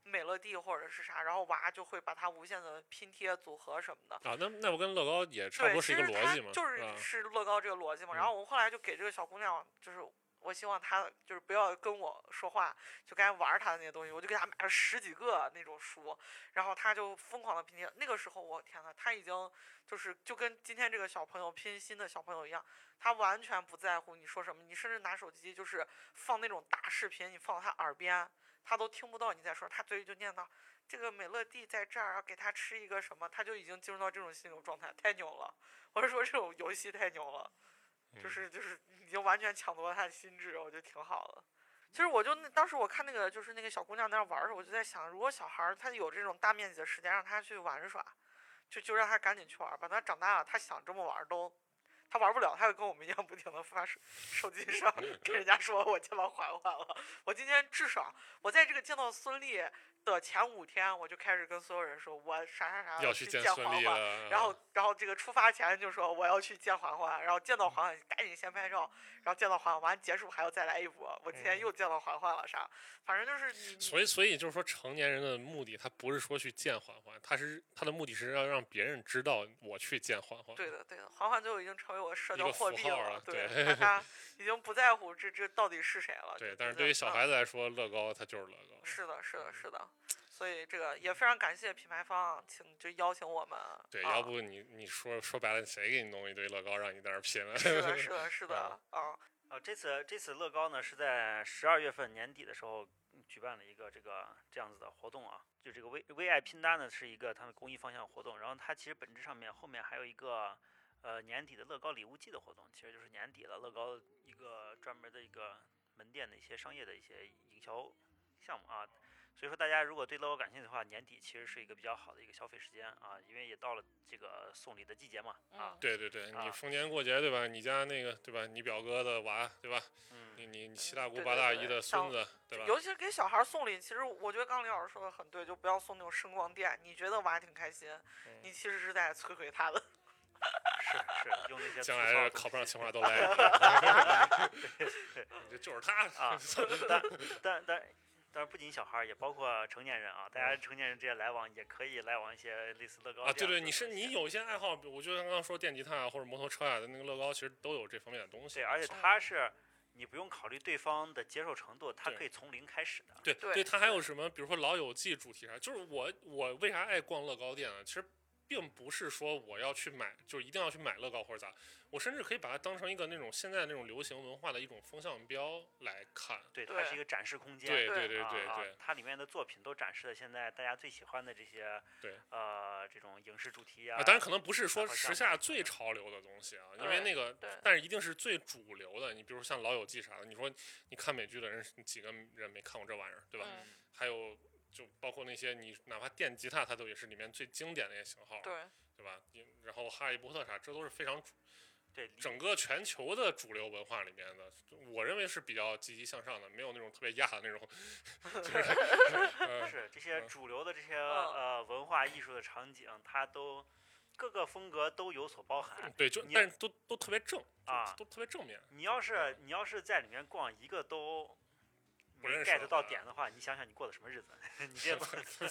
美乐蒂或者是啥，然后娃就会把它无限的拼贴组合什么的。 啊，那那不跟乐高也差不多是一个逻辑吗？ 就是啊、 是乐高这个逻辑嘛。 嗯、 然后我后来就给这个小姑娘，就是我希望她就是不要跟我说话，就该玩她的那些东西，我就给她买了十几个那种书，然后她就疯狂的拼贴。那个时候我天呐，她已经就是就跟今天这个小朋友拼新的小朋友一样，他完全不在乎你说什么，你甚至拿手机就是放那种大视频，你放到他耳边，他都听不到你在说，他嘴里就念叨这个美乐蒂在这儿，要给他吃一个什么，他就已经进入到这种心理状态，太牛了。我是说这种游戏太牛了，就是就是已经完全抢夺了他的心智，我觉得挺好的。其实我就当时我看那个就是那个小姑娘在那玩的时候，我就在想，如果小孩他有这种大面积的时间让他去玩耍，就就让他赶紧去玩吧。他长大了，他想这么玩都，他玩不了，他会跟我们一样不停的发手手机上跟人家说我键盘还完了。我今天至少我在这个见到孙俪的前五天，我就开始跟所有人说我啥啥啥要去见见环环，然后然后这个出发前就说我要去见环环，然后见到环环赶紧先拍照，然后见到环环完结束还要再来一波。我今天又见到环环了啥，反正就是你。 所以所以就是说，成年人的目的他不是说去见环环，他是他的目的是要让别人知道我去见环环。 对的对的，环环最后已经成为我社交货币了， 了对， 对他已经不在乎这这到底是谁了。 对，但是对于小孩子来说，嗯、乐高它就是乐高。 是的，是的，是的。所以这个也非常感谢品牌方，请就邀请我们。 对， 啊、 要不你你说说白了，谁给你弄一堆乐高让你在那儿拼了？ 是的，是的，是的，啊。 啊，这次这次乐高呢是在十二月份年底的时候举办了一个这个这样子的活动啊，就这个微微爱拼搭呢是一个他们公益方向活动，然后它其实本质上面后面还有一个呃年底的乐高礼物季的活动，其实就是年底了，乐高一个专门的一个门店的一些商业的一些营销项目啊。所以说，大家如果对乐高感兴趣的话，年底其实是一个比较好的一个消费时间啊，因为也到了这个送礼的季节嘛啊。 对对对， 啊、 你逢年过节对吧？你家那个对吧？你表哥的娃对吧？ 嗯， 你你你七大姑八大姨的孙子对, 对, 对, 对吧？ 尤其是给小孩送礼，其实我觉得刚刚李老师说的很对，就不要送那种声光电。你觉得娃挺开心， 嗯、 你其实是在摧毁他的。 是是，用那些将来考不上清华都来。这就是他啊！但但但。但是不仅小孩，也包括成年人啊，大家成年人之间来往也可以来往一些类似乐高啊。对对，你是你有一些爱好，我就刚刚说电吉他啊或者摩托车啊的那个乐高，其实都有这方面的东西。 对，而且它是你不用考虑对方的接受程度，它可以从零开始的。 对对， 对它还有什么？比如说老友记主题啥，就是我我为啥爱逛乐高店啊？其实并不是说我要去买，就一定要去买乐高或者咋。我甚至可以把它当成一个那种现在那种流行文化的一种风向标来看。 对，它是一个展示空间。 对对对对对、 啊啊，它里面的作品都展示了现在大家最喜欢的这些对呃这种影视主题啊。 啊当然可能不是说时下最潮流的东西啊，因为那个，但是一定是最主流的。你比如像《老友记》啥的，你说你看美剧的人几个人没看过这玩意儿，对吧？ 嗯、 还有就包括那些你哪怕电吉他，它都也是里面最经典的一些型号， 对对吧？然后《哈利波特》啥，这都是非常主。 对整个全球的主流文化里面的，我认为是比较积极向上的，没有那种特别亚的那种。就是呃、是这些主流的这些、嗯、呃文化艺术的场景，它都各个风格都有所包含。 对，就但是都都特别正啊， 都特别正面。 你要是你要是在里面逛一个都没 get 到点的话，你想想你过的什么日子？你这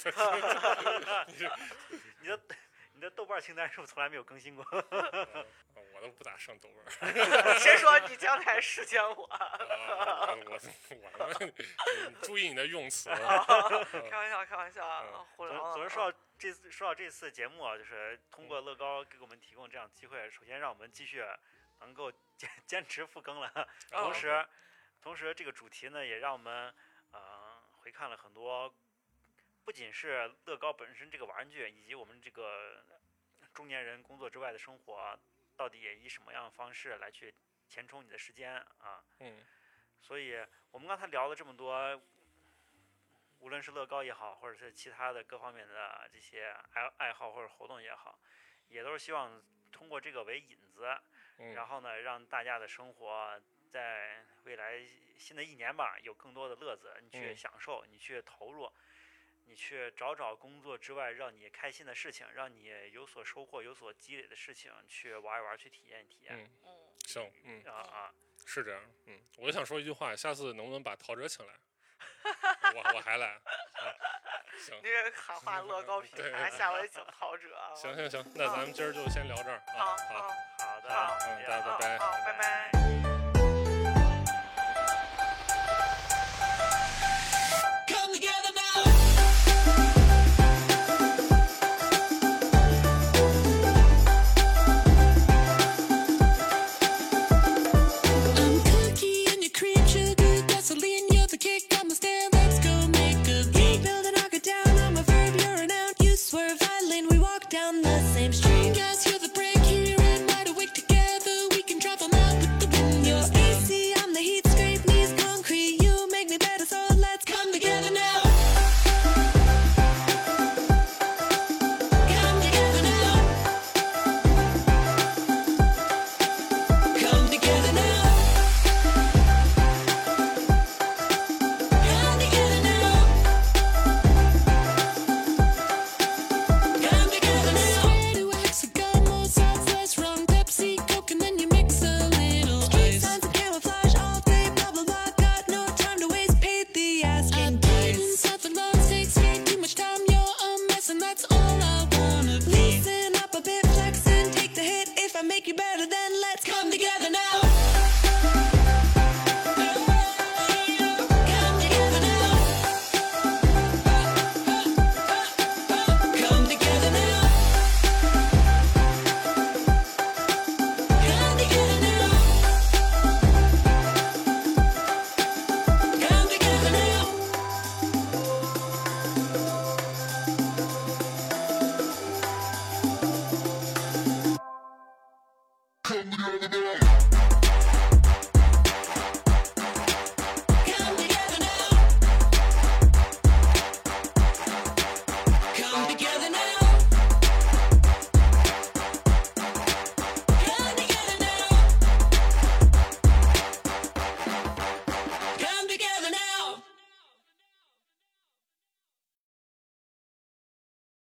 你的。你的豆瓣清单是不是从来没有更新过？ 嗯、我都不咋上豆瓣。 谁说你将来实现我？ 啊、我我我注意你的用词。 啊、开玩笑，开玩笑啊！胡聊。 总是说到这次说到这次节目啊，就是通过乐高给我们提供这样机会，首先让我们继续能够坚坚持复更了，同时、哦、同时这个主题呢，也让我们呃回看了很多。不仅是乐高本身这个玩具，以及我们这个中年人工作之外的生活，到底也以什么样的方式来去填充你的时间啊？ 嗯， 所以我们刚才聊了这么多，无论是乐高也好，或者是其他的各方面的这些爱爱好或者活动也好，也都是希望通过这个为引子， 嗯、 然后呢，让大家的生活在未来新的一年吧，有更多的乐子，你去享受， 嗯、 你去投入。你去找找工作之外让你开心的事情，让你有所收获、有所积累的事情，去玩一玩，去体验一体验。 嗯，行，嗯啊啊， 是这样。嗯，我就想说一句话，下次能不能把陶喆请来？我我还来。啊、 行你这喊话乐高品牌下为领跑者。 行行行，那咱们今儿就先聊这儿啊。 好， 好， 好的， 好， 嗯，大家拜拜。 好，拜拜。 Come together now.